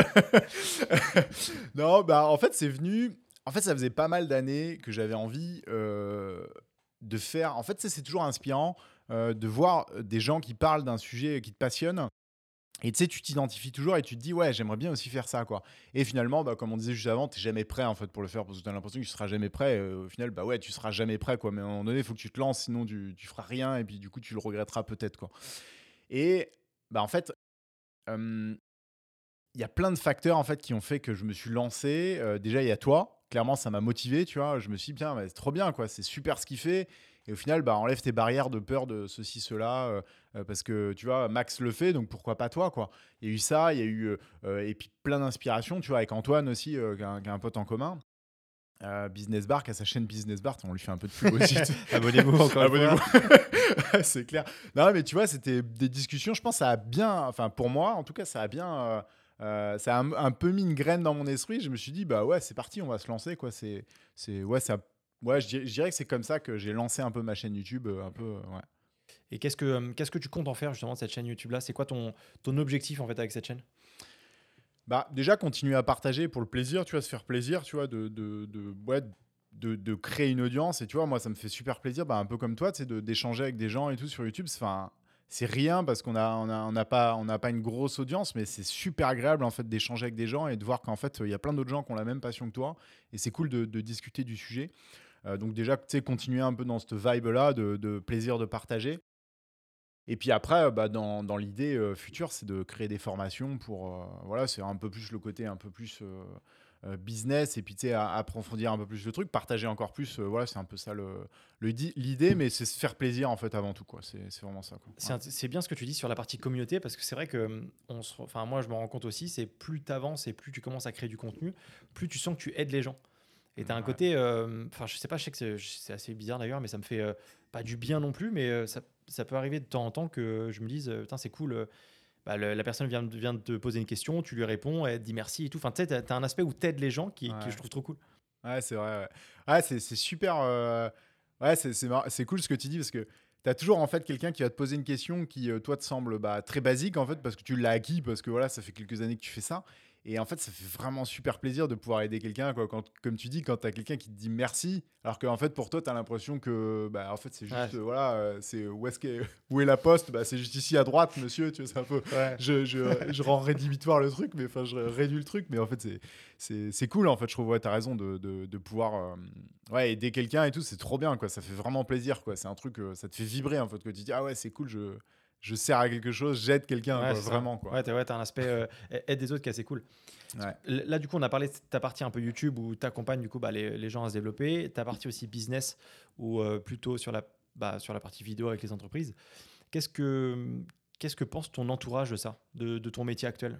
Non, bah, en fait, c'est venu en fait, ça faisait pas mal d'années que j'avais envie, heu, de faire en fait, tu sais, c'est toujours inspirant, heu, de voir, des gens qui parlent d'un sujet qui te passionne et tu sais, tu t'identifies toujours et tu te dis: «Ouais, j'aimerais bien aussi faire ça, quoi» et finalement, bah, comme on disait juste avant, tu es jamais prêt, en fait, pour le faire parce que tu as l'impression que tu seras jamais prêt, heu, au final, bah, ouais, tu seras jamais prêt, quoi mais à un moment donné, il faut que tu te lances, sinon tu tu feras rien et puis, du coup, tu le regretteras peut-être, quoi et bah, en fait, hem il y a plein de facteurs, en fait, qui ont fait que je me suis lancé. Heu, déjà, il y a toi. Clairement, ça m'a motivé, tu vois? Je me suis dit: «Tiens, bah, c'est trop bien, quoi, c'est super ce qu'il fait» et au final, bah, enlève tes barrières de peur de ceci, cela, heu heu, parce que, tu vois, Max le fait, donc pourquoi pas toi, quoi? Il y a eu ça, il y a eu, heu heu et puis plein d'inspirations, tu vois? Avec Antoine aussi, heu, qui a un qui a un pote en commun, heu, Business Bar, qui a sa chaîne Business Bar. On lui fait un peu de pub aussi, tu sais? Abonnez-vous encore une Abonnez-vous. fois. Ouais, c'est clair. Non, mais tu vois, c'était des discussions, je pense, ça a bien enfin, pour moi, en tout cas, ça a bien, heu heu, ça a un un peu mis une graine dans mon esprit. Je me suis dit: «Bah, ouais, c'est parti, on va se lancer, quoi». C'est c'est ouais, ça ouais, je dirais je dirais que c'est comme ça que j'ai lancé un peu ma chaîne YouTube, heu, un peu, heu, ouais. Et qu'est-ce que, hem, qu'est-ce que tu comptes en faire justement de cette chaîne YouTube là? C'est quoi ton ton objectif en fait avec cette chaîne? Bah, déjà, continuer à partager pour le plaisir, tu vois? Se faire plaisir, tu vois? De de de ouais, de de créer une audience et tu vois, moi, ça me fait super plaisir, bah, un peu comme toi, tu sais, de d'échanger avec des gens et tout sur YouTube. C'est enfin, c'est rien parce qu'on a on a on n'a pas on n'a pas une grosse audience, mais c'est super agréable, en fait, d'échanger avec des gens et de voir qu'en fait, il y a plein d'autres gens qui ont la même passion que toi et c'est cool de de discuter du sujet. Heu, donc déjà, tu sais, continuer un peu dans cette vibe-là de de plaisir de partager et puis après, heu, bah, dans dans l'idée, heu, future, c'est de créer des formations pour, heu, voilà, c'est un peu plus le côté un peu plus, heu heu, business et puis, tu sais, a approfondir un peu plus le truc, partager encore plus, heu, voilà, c'est un peu ça le le di l'idée, mais c'est se faire plaisir, en fait, avant tout, quoi. C'est c'est vraiment ça, quoi. C'est Ouais. int c'est bien ce que tu dis sur la partie communauté parce que c'est vrai que, hem, on se enfin moi je me rends compte aussi, c'est plus tu avances et plus tu commences à créer du contenu, plus tu sens que tu aides les gens. Et tu as un Ouais. côté, hem, enfin je sais pas, je sais que c'est c'est assez bizarre d'ailleurs, mais ça me fait, heu, pas du bien non plus, mais, heu, ça ça peut arriver de temps en temps que je me dise, heu: «Putain c'est cool, heu, bah le la personne vient de vient de te poser une question, tu lui réponds, elle te dit merci et tout». Enfin tu sais, tu as tu as un aspect où tu aides les gens qui qui je Ouais. trouve trop cool. Ouais, c'est vrai, ouais. Ouais, c'est c'est super, heu, ouais, c'est c'est mar c'est cool ce que tu dis parce que tu as toujours, en fait, quelqu'un qui va te poser une question qui, heu, toi, te semble, bah, très basique, en fait, parce que tu l'as acquis, parce que, voilà, ça fait quelques années que tu fais ça et en fait, ça fait vraiment super plaisir de pouvoir aider quelqu'un, quoi. Quand comme tu dis, quand tu as quelqu'un qui te dit «merci», alors qu'en fait, pour toi, tu as l'impression que, bah, en fait, c'est Ouais, juste, heu, voilà, heu, c'est où est-ce qu'est où est la poste? Bah, c'est juste ici à droite, monsieur, tu vois? C'est un peu ouais. je je je rends rédhibitoire le truc, mais enfin, je réduis le truc, mais en fait, c'est c'est c'est cool, en fait, je trouve, ouais, tu as raison de de de pouvoir, hem, ouais, aider quelqu'un et tout, c'est trop bien, quoi. Ça fait vraiment plaisir, quoi. C'est un truc, heu, ça te fait vibrer, en fait, que tu dis: «Ah ouais, c'est cool, je je sers à quelque chose, j'aide quelqu'un, Ouais, quoi», c'est ça. vraiment, quoi. Ouais, tu as ouais, tu as un aspect, heu, a aide des autres qui est assez cool. Parce que Ouais. l là, du coup, on a parlé de ta partie un peu YouTube où tu accompagnes du coup, bah, les les gens à se développer. Ta partie aussi business ou heu, plutôt sur la bah, sur la partie vidéo avec les entreprises. Qu'est-ce que, mmh, qu'est-ce que pense ton entourage de ça? De de ton métier actuel?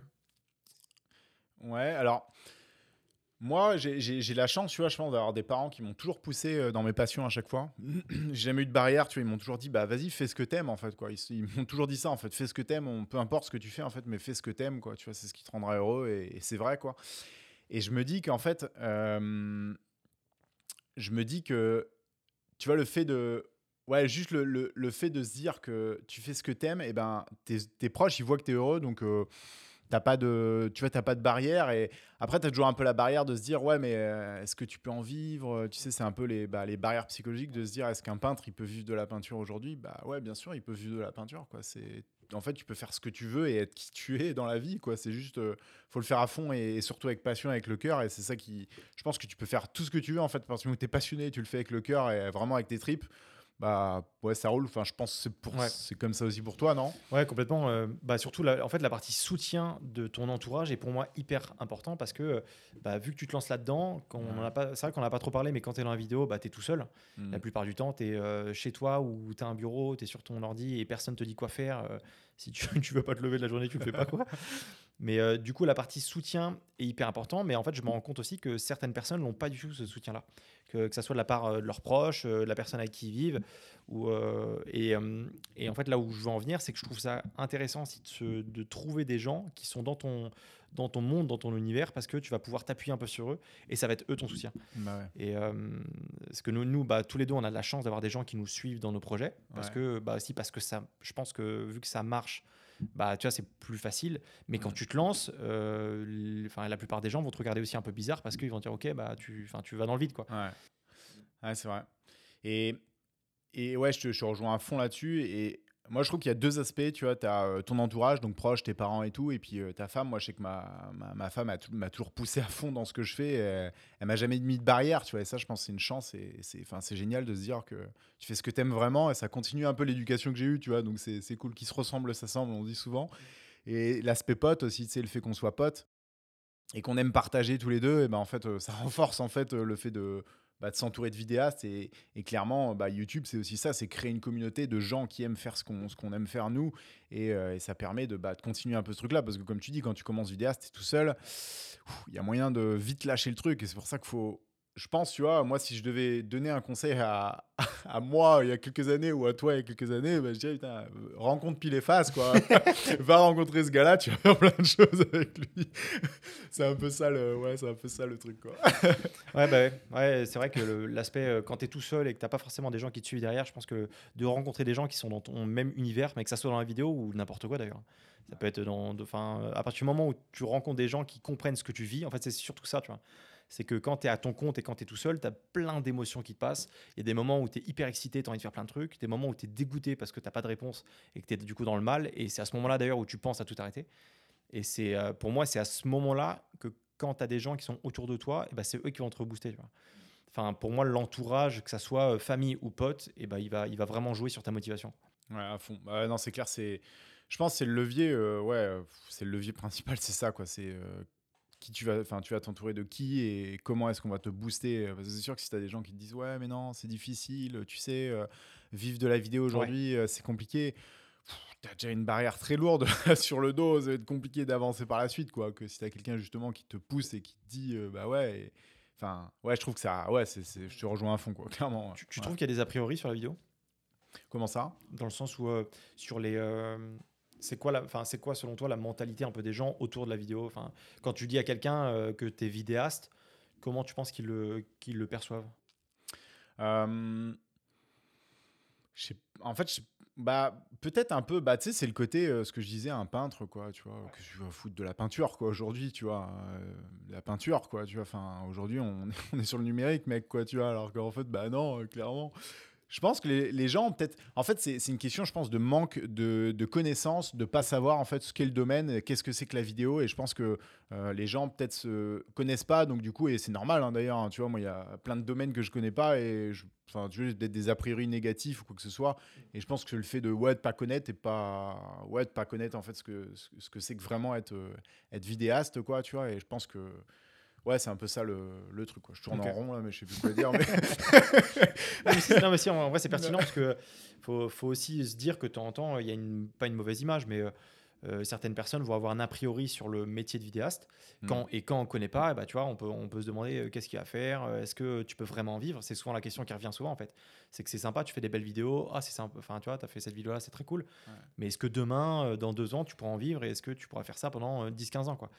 Ouais, alors moi, j'ai j'ai j'ai la chance, tu vois, je pense, d'avoir des parents qui m'ont toujours poussé, heu, dans mes passions à chaque fois. J'ai jamais eu de barrière, tu vois? Ils m'ont toujours dit: «Bah, vas-y, fais ce que t'aimes en fait, quoi». Ils s ils m'ont toujours dit ça, en fait: «Fais ce que t'aimes on peu importe ce que tu fais, en fait, mais fais ce que t'aimes quoi», tu vois? «C'est ce qui te rendra heureux» et et c'est vrai, quoi et je me dis qu'en fait, hem, je me dis que, tu vois, le fait de ouais, juste le le le fait de se dire que tu fais ce que t'aimes et ben, tes tes proches, ils voient que tu es heureux donc heu t'as pas de, tu vois, t'as pas de barrière. Et après, tu as toujours un peu la barrière de se dire, ouais, mais euh, est-ce que tu peux en vivre? Tu sais, c'est un peu les, bah, les barrières psychologiques de se dire, est-ce qu'un peintre, il peut vivre de la peinture aujourd'hui? Bah ouais, bien sûr, il peut vivre de la peinture, quoi. C'est, en fait, tu peux faire ce que tu veux et être qui tu es dans la vie, quoi. C'est juste, euh, faut le faire à fond et, et surtout avec passion, avec le cœur. Et c'est ça qui, je pense que tu peux faire tout ce que tu veux, en fait, parce que tu es passionné, tu le fais avec le cœur et vraiment avec tes tripes. Bah ouais, ça roule. Enfin, je pense que c'est pour, Ouais. c'est comme ça aussi pour toi, non? Ouais, complètement. euh, bah, surtout, la, en fait, la partie soutien de ton entourage est pour moi hyper important parce que euh, bah, vu que tu te lances là-dedans, quand on en a Ouais. pas, c'est vrai qu'on n'a pas trop parlé, mais quand tu es dans la vidéo, bah, tu es tout seul. La Mm. plupart du temps, tu es chez toi ou tu as un bureau, tu es sur ton ordi et personne te dit quoi faire. euh, si tu ne veux pas te lever de la journée, tu ne le fais pas quoi. Mais euh, du coup, la partie soutien est hyper importante. Mais en fait, je me rends compte aussi que certaines personnes n'ont pas du tout ce soutien-là. Que, que ça soit de la part euh, de leurs proches, euh, de la personne avec qui ils vivent. Ou, euh, et, euh, et en fait, là où je veux en venir, c'est que je trouve ça intéressant aussi de, se- de trouver des gens qui sont dans ton, dans ton monde, dans ton univers, parce que tu vas pouvoir t'appuyer un peu sur eux et ça va être eux ton soutien. Bah ouais. Et euh, parce que nous, nous bah, tous les deux, on a de la chance d'avoir des gens qui nous suivent dans nos projets. Parce Ouais. que, bah, aussi parce que ça, je pense que vu que ça marche, bah, tu vois, c'est plus facile. Mais quand Mm. tu te lances, euh, l- enfin, la plupart des gens vont te regarder aussi un peu bizarre parce qu'ils vont dire, ok, bah, tu, enfin, tu vas dans le vide, quoi. Ouais. Ouais, c'est vrai. Et, et ouais, je te, je te rejoins à fond là-dessus. Et moi, je trouve qu'il y a deux aspects. Tu vois, tu as ton entourage, donc proche, tes parents et tout. Et puis euh, ta femme, moi, je sais que ma, ma, ma femme a tou- m'a toujours poussé à fond dans ce que je fais. Elle, elle m'a jamais mis de barrière, tu vois. Et ça, je pense que c'est une chance. Et c'est, enfin, c'est génial de se dire que tu fais ce que tu aimes vraiment. Et ça continue un peu l'éducation que j'ai eue, tu vois. Donc c'est, c'est cool. Qui se ressemble, ça semble, on dit souvent. Et l'aspect pote aussi, tu sais, le fait qu'on soit pote et qu'on aime partager tous les deux, et ben en fait, euh, ça renforce en fait euh, le fait de, bah, de s'entourer de vidéastes. Et, et clairement, bah, YouTube, c'est aussi ça, c'est créer une communauté de gens qui aiment faire ce qu'on, ce qu'on aime faire nous. Et, euh, et ça permet de, bah, de continuer un peu ce truc-là, parce que comme tu dis, quand tu commences vidéaste, t'es tout seul, il y a moyen de vite lâcher le truc. Et c'est pour ça qu'il faut... Je pense, tu vois, moi, si je devais donner un conseil à, à moi il y a quelques années ou à toi il y a quelques années, bah, je dirais, putain, euh, rencontre pile et face, quoi. Va rencontrer ce gars-là, tu vas faire plein de choses avec lui. C'est un peu ça le, ouais, c'est un peu ça le truc, quoi. Ouais, bah ouais. Ouais, c'est vrai que le- l'aspect, euh, quand tu es tout seul et que tu pas forcément des gens qui te suivent derrière, je pense que de rencontrer des gens qui sont dans ton même univers, mais que ça soit dans la vidéo ou n'importe quoi d'ailleurs. Ça peut être dans. de- Enfin, euh, à partir du moment où tu rencontres des gens qui comprennent ce que tu vis, en fait, c'est surtout ça, tu vois. C'est que quand tu es à ton compte et quand tu es tout seul, tu as plein d'émotions qui te passent. Il y a des moments où tu es hyper excité, tu as envie de faire plein de trucs, des moments où tu es dégoûté parce que tu pas de réponse et que tu es du coup dans le mal. Et c'est à ce moment-là d'ailleurs où tu penses à tout arrêter. Et c'est euh, pour moi, c'est à ce moment-là que quand tu as des gens qui sont autour de toi, eh ben, c'est eux qui vont te rebooster. Tu vois. Enfin, pour moi, l'entourage, que ça soit euh, famille ou pote, eh ben, il, va, il va vraiment jouer sur ta motivation. Ouais, à fond. Bah, non, c'est clair, c'est. Je pense que c'est le levier, euh, ouais, euh, c'est le levier principal, c'est ça, quoi. C'est euh, qui tu vas, enfin, tu vas t'entourer de qui et comment est-ce qu'on va te booster. Parce que c'est sûr que si tu as des gens qui te disent, ouais, mais non, c'est difficile, tu sais, euh, vivre de la vidéo Ouais. aujourd'hui, euh, c'est compliqué. Tu as déjà une barrière très lourde sur le dos, ça va être compliqué d'avancer par la suite, quoi. Que si tu as quelqu'un justement qui te pousse et qui te dit, euh, bah ouais, et- enfin, ouais, je trouve que ça, ouais, c'est, c'est- je te rejoins à fond, quoi, clairement. Tu, tu Ouais. trouves qu'il y a des a priori sur la vidéo? Comment ça? Dans le sens où, euh, sur les. euh, c'est quoi, la, enfin, c'est quoi, selon toi, la mentalité un peu des gens autour de la vidéo? Enfin, quand tu dis à quelqu'un euh, que tu es vidéaste, comment tu penses qu'ils le, qu'ils le perçoivent? Euh, je sais- en fait, je- bah, peut-être un peu, bah, tu sais, c'est le côté, euh, ce que je disais, un peintre, quoi, tu vois, que je veux foutre de la peinture, quoi, aujourd'hui, tu vois, euh, la peinture, quoi, tu vois, enfin, aujourd'hui, on, on est sur le numérique, mec, quoi, tu vois, alors qu'en fait, bah non, euh, clairement. Je pense que les, les gens, peut-être. En fait, c'est c'est une question, je pense, de manque de, de connaissances, de pas savoir en fait ce qu'est le domaine, euh, qu'est-ce que c'est que la vidéo. Et je pense que euh, les gens peut-être se connaissent pas, donc du coup, et c'est normal hein, d'ailleurs. Hein, tu vois, moi, il y a plein de domaines que je connais pas et je, enfin, tu vois, peut-être des a priori négatifs ou quoi que ce soit. Et je pense que le fait de ouais de pas connaître et pas ouais de pas connaître en fait ce que ce, ce que c'est que vraiment être euh, être vidéaste, quoi. Tu vois. Et je pense que ouais, c'est un peu ça le, le truc. Quoi. Je tourne Ok. en rond là, mais je sais plus quoi dire. Mais Non, mais, si, non, mais si, en vrai, c'est pertinent parce que faut, faut aussi se dire que de temps en temps, il y a une, pas une mauvaise image, mais euh, euh, certaines personnes vont avoir un a priori sur le métier de vidéaste. Hmm. Quand, et quand on ne connaît pas, eh ben, tu vois, on, peut, on peut se demander euh, qu'est-ce qu'il y a à faire, euh, est-ce que tu peux vraiment en vivre? C'est souvent la question qui revient souvent en fait. C'est que c'est sympa, tu fais des belles vidéos, ah, c'est sympa, enfin, tu vois, tu as fait cette vidéo-là, c'est très cool. Ouais. Mais est-ce que demain, euh, dans deux ans, tu pourras en vivre et est-ce que tu pourras faire ça pendant euh, dix quinze ans quoi?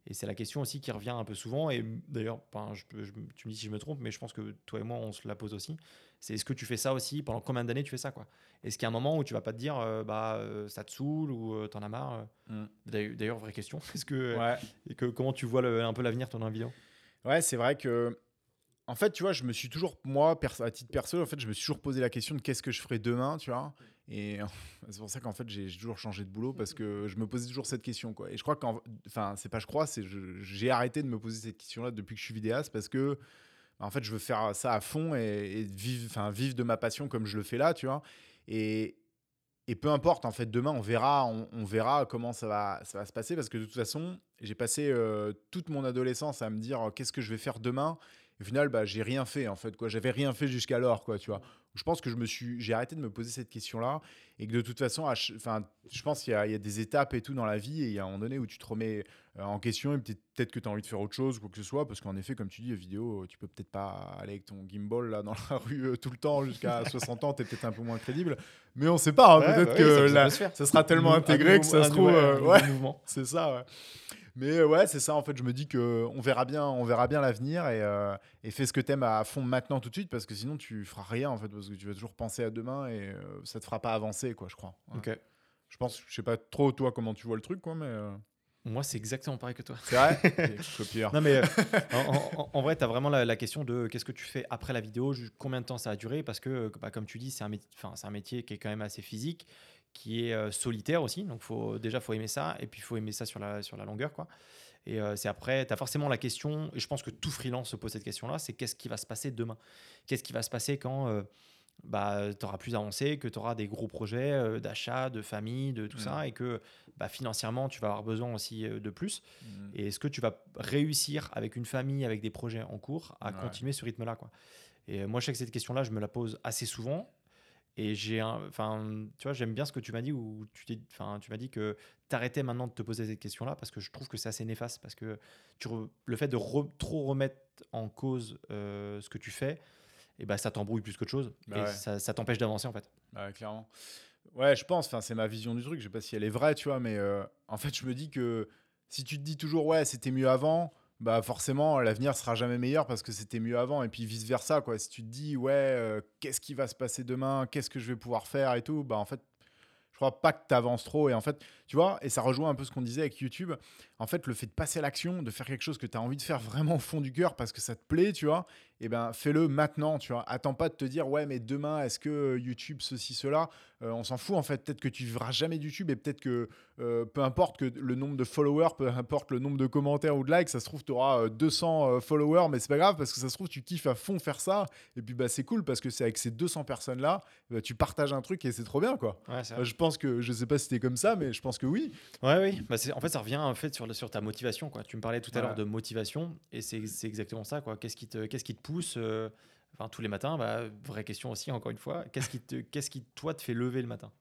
Et c'est la question aussi qui revient un peu souvent. Et d'ailleurs, enfin, je peux- je- tu me dis si je me trompe, mais je pense que toi et moi, on se la pose aussi. C'est est-ce que tu fais ça aussi? Pendant combien d'années tu fais ça, quoi? Est-ce qu'il y a un moment où tu vas pas te dire, euh, bah, euh, ça te saoule ou euh, t'en as marre? euh Mm. D'ailleurs, d'ailleurs, vraie question. Est-ce que, Ouais. et que comment tu vois le- un peu l'avenir de ton vidéo? Ouais, c'est vrai que en fait, tu vois, je me suis toujours, moi, perso- à titre perso, en fait, je me suis toujours posé la question de qu'est-ce que je ferai demain, tu vois. Et c'est pour ça qu'en fait, j'ai j'ai toujours changé de boulot parce que je me posais toujours cette question, quoi. Et je crois qu'en, enfin, c'est pas je crois, c'est je- j'ai arrêté de me poser cette question-là depuis que je suis vidéaste parce que, en fait, je veux faire ça à fond et, et vivre, enfin, vivre de ma passion comme je le fais là, tu vois. Et, et peu importe, en fait, demain, on verra, on, on verra comment ça va, ça va se passer parce que de toute façon, j'ai passé euh, toute mon adolescence à me dire euh, qu'est-ce que je vais faire demain. Et au final, bah, j'ai rien fait, en fait, quoi. J'avais rien fait jusqu'alors, quoi, tu vois. Je pense que je me suis, j'ai arrêté de me poser cette question-là et que de toute façon, à ch- enfin, je pense qu'il y a, il y a des étapes et tout dans la vie et il y a un moment donné où tu te remets euh, en question et peut-être peut-être que tu as envie de faire autre chose ou quoi que ce soit parce qu'en effet, comme tu dis, vidéo, tu peux peut-être pas aller avec ton gimbal là dans la rue euh, tout le temps jusqu'à soixante ans, tu es peut-être un peu moins crédible. Mais on sait pas, hein, Ouais, peut-être bah que oui, ça, peut ça là, peut se faire. ça sera tellement Nou- un intégré que nouveau, ça un se trouve. nouvel- euh, un ouais, nouveau mouvement. c'est ça, ouais. Mais euh, ouais, c'est ça, en fait, je me dis que on verra bien, on verra bien l'avenir et, euh, et fais ce que t'aimes à fond maintenant tout de suite parce que sinon tu feras rien en fait parce que tu vas toujours penser à demain et euh, ça te fera pas avancer, quoi, je crois. Ouais. Ok. Je pense, je sais pas trop toi comment tu vois le truc, quoi, mais euh, Moi, c'est exactement pareil que toi. c'est vrai. Ok, copieur. Non, mais euh, en, en- en vrai, tu as vraiment la, la question de qu'est-ce que tu fais après la vidéo, ju- combien de temps ça a duré, parce que, euh, bah, comme tu dis, c'est un, métier, enfin, c'est un métier qui est quand même assez physique, qui est euh, solitaire aussi. Donc, faut, déjà, il faut aimer ça, et puis il faut aimer ça sur la, sur la longueur, quoi. Et euh, c'est après, tu as forcément la question, et je pense que tout freelance se pose cette question-là, c'est qu'est-ce qui va se passer demain? Qu'est-ce qui va se passer quand euh, bah, tu auras plus avancé, que tu auras des gros projets euh, d'achat, de famille, de tout Mm. ça, et que bah, financièrement, tu vas avoir besoin aussi euh, de plus. Mm. Et est-ce que tu vas réussir avec une famille, avec des projets en cours, à Ouais. continuer ce rythme-là, quoi? Et euh, moi, je sais que cette question-là, je me la pose assez souvent. Et j'ai un, enfin, tu vois, j'aime bien ce que tu m'as dit où tu t'es, enfin, tu m'as dit que tu arrêtais maintenant de te poser cette question-là parce que je trouve que c'est assez néfaste parce que tu re- le fait de re- trop remettre en cause euh, ce que tu fais, et ben ça t'embrouille plus qu'autre chose Bah et ouais, ça, ça t'empêche d'avancer en fait. bah ouais, clairement. Ouais, je pense, enfin, c'est ma vision du truc, je sais pas si elle est vraie, tu vois, mais euh, en fait, je me dis que si tu te dis toujours, ouais, c'était mieux avant, bah forcément, l'avenir sera jamais meilleur parce que c'était mieux avant, et puis vice-versa, quoi. Si tu te dis, ouais, euh, qu'est-ce qui va se passer demain, qu'est-ce que je vais pouvoir faire et tout, bah en fait, je crois pas que tu avances trop. Et en fait, tu vois, et ça rejoint un peu ce qu'on disait avec YouTube. En fait, le fait de passer à l'action, de faire quelque chose que tu as envie de faire vraiment au fond du cœur parce que ça te plaît, tu vois, et ben fais-le maintenant, tu vois. Attends pas de te dire, ouais, mais demain, est-ce que YouTube, ceci, cela, euh, on s'en fout en fait. Peut-être que tu vivras jamais de YouTube et peut-être que euh, peu importe que le nombre de followers, peu importe le nombre de commentaires ou de likes, ça se trouve, tu auras deux cents euh, followers, mais c'est pas grave parce que ça se trouve, tu kiffes à fond faire ça. Et puis, bah, c'est cool parce que c'est avec ces deux cents personnes-là, bah, tu partages un truc et c'est trop bien, quoi. Ouais, c'est Enfin, vrai. je pense que, je sais pas si c'était comme ça, mais je pense que oui. Ouais, oui. Bah, c'est- en fait, ça revient en fait sur, le- sur ta motivation, quoi. Tu me parlais tout à l'heure Ouais. de motivation et c'est c'est exactement ça, quoi. Qu'est-ce qui te, qu'est-ce qui te pousse euh, enfin, tous les matins? Bah, vraie question aussi, encore une fois. Qu'est-ce qui, te, qu'est-ce qui, toi, te fait lever le matin?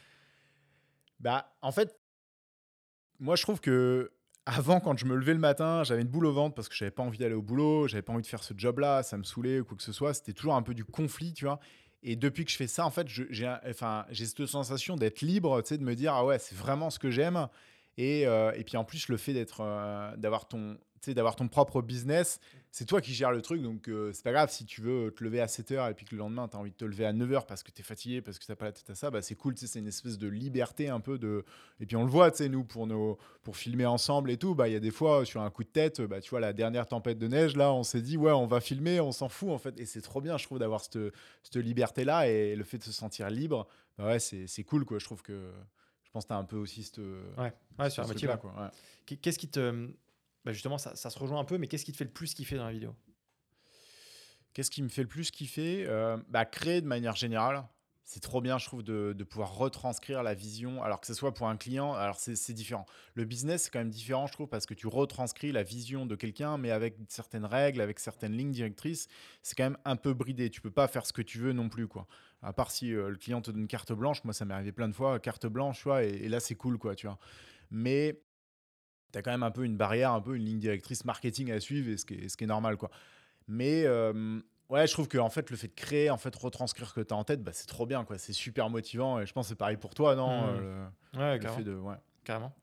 Bah, en fait, moi, je trouve que avant, quand je me levais le matin, j'avais une boule au ventre parce que j'avais pas envie d'aller au boulot, j'avais pas envie de faire ce job-là, ça me saoulait ou quoi que ce soit. C'était toujours un peu du conflit, tu vois. Et depuis que je fais ça, en fait, je- j'ai un- enfin, j'ai cette sensation d'être libre, tu sais, de me dire, ah ouais, c'est vraiment ce que j'aime. Et, euh, et puis en plus, le fait d'être, euh, d'avoir ton, tu sais, d'avoir ton propre business, c'est toi qui gères le truc. Donc, euh, c'est pas grave si tu veux te lever à sept heures et puis que le lendemain, tu as envie de te lever à neuf heures parce que tu es fatigué, parce que tu pas la tête à ça, bah, c'est cool, tu sais, c'est une espèce de liberté un peu de. Et puis on le voit, tu sais, nous, pour, nos, pour filmer ensemble et tout, bah, il y a des fois, sur un coup de tête, bah, tu vois, la dernière tempête de neige, là, on s'est dit, ouais, on va filmer, on s'en fout, en fait. Et c'est trop bien, je trouve, d'avoir cette, cette liberté-là et le fait de se sentir libre, bah ouais, c'est c'est cool, quoi. Je trouve que. Je pense que tu as un peu aussi cette, Ouais, ouais, ce sur la motive, truc-là, ouais. quoi. Ouais. Qu'est- Qu'est-ce qui te. Bah, justement, ça, ça se rejoint un peu, mais qu'est-ce qui te fait le plus kiffer dans la vidéo? Qu'est-ce qui me fait le plus kiffer? Euh, bah, créer de manière générale. C'est trop bien, je trouve, de, de pouvoir retranscrire la vision, alors que ce soit pour un client, alors c'est c'est différent. Le business, c'est quand même différent, je trouve, parce que tu retranscris la vision de quelqu'un, mais avec certaines règles, avec certaines lignes directrices. C'est quand même un peu bridé. Tu peux pas faire ce que tu veux non plus, quoi. À part si euh, le client te donne carte blanche. Moi, ça m'est arrivé plein de fois, carte blanche, tu vois, et, et là, c'est cool, quoi, tu vois. Mais tu as quand même un peu une barrière, un peu une ligne directrice marketing à suivre, et ce qui est, ce qui est normal, quoi. Mais euh, ouais, je trouve que en fait, le fait de créer, en fait, retranscrire ce que tu as en tête, bah, c'est trop bien, quoi. C'est super motivant. Et je pense que c'est pareil pour toi, non? Hmm. Euh, Ouais, le, le fait carrément. de. Ouais. Carrément.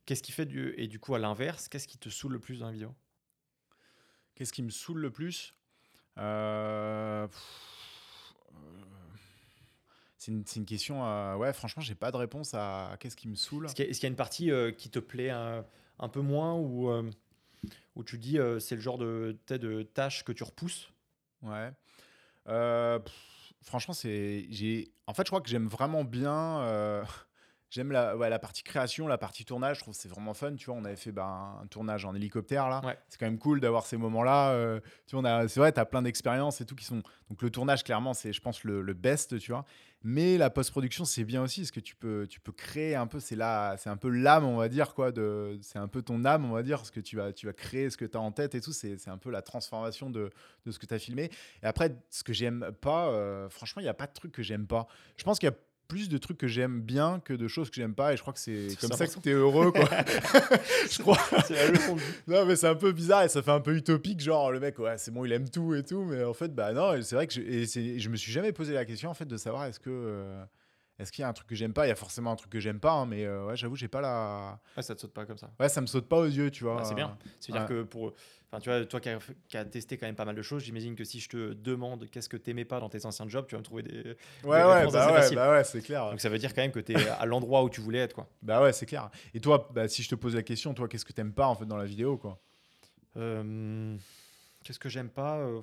Qu'est-ce qui fait du et du coup à l'inverse, qu'est-ce qui te saoule le plus dans la vidéo? Qu'est-ce qui me saoule le plus? Heu, heu, c'est une c'est une question, heu, ouais, franchement, j'ai pas de réponse à qu'est-ce qui me saoule? Est-ce qu'il y a est-ce qu'il y a une partie, heu, qui te plaît, heu, un peu moins ou, hem, où tu dis, heu, c'est le genre de tu sais, de tâche que tu repousses? Ouais. Heu, franchement, c'est j'ai en fait, je crois que j'aime vraiment bien, heu, j'aime la ouais, la partie création, la partie tournage, je trouve que c'est vraiment fun, tu vois? On avait fait, ben, un tournage en hélicoptère là. Ouais. C'est quand même cool d'avoir ces moments-là, heu, tu vois? On a c'est vrai, tu as plein d'expériences et tout qui sont donc le tournage clairement, c'est je pense le le best, tu vois? Mais la post-production, c'est bien aussi parce que tu peux tu peux créer un peu, c'est là c'est un peu l'âme, on va dire quoi, de c'est un peu ton âme, on va dire, parce que tu vas tu vas créer ce que tu as en tête et tout, c'est c'est un peu la transformation de de ce que tu as filmé. Et après, ce que j'aime pas, heu, franchement, il y a pas de truc que j'aime pas. Je pense qu'il y a plus de trucs que j'aime bien que de choses que j'aime pas et je crois que c'est comme C'est ça que important. tu es heureux, quoi. Je C'est crois. c'est la leçon de vie. Non, mais c'est un peu bizarre et ça fait un peu utopique, genre le mec, ouais, c'est bon, il aime tout et tout, mais en fait, bah non, et c'est vrai que je et c'est je me suis jamais posé la question, en fait, de savoir est-ce que, heu, est-ce qu'il y a un truc que j'aime pas? Il y a forcément un truc que j'aime pas, hein, mais heu, ouais, j'avoue, j'ai pas la Ouais, ça te saute pas comme ça. ouais, ça me saute pas aux yeux, tu Bah, c'est bien. vois? C'est-à-dire Ouais. que pour enfin, tu vois, toi qui as f qui as testé quand même pas mal de choses, j'imagine que si je te demande qu'est-ce que tu aimais pas dans tes anciens jobs, tu vas me trouver des des Ouais, ouais, réponses assez bah ouais, faciles. bah ouais, c'est clair. Donc ça veut dire quand même que tu es à l'endroit où tu voulais être, quoi. Bah ouais, c'est clair. Et toi, bah, si je te pose la question, toi, qu'est-ce que t'aimes pas, en fait, dans la vidéo, quoi? Hem, qu'est-ce que j'aime pas? Heu,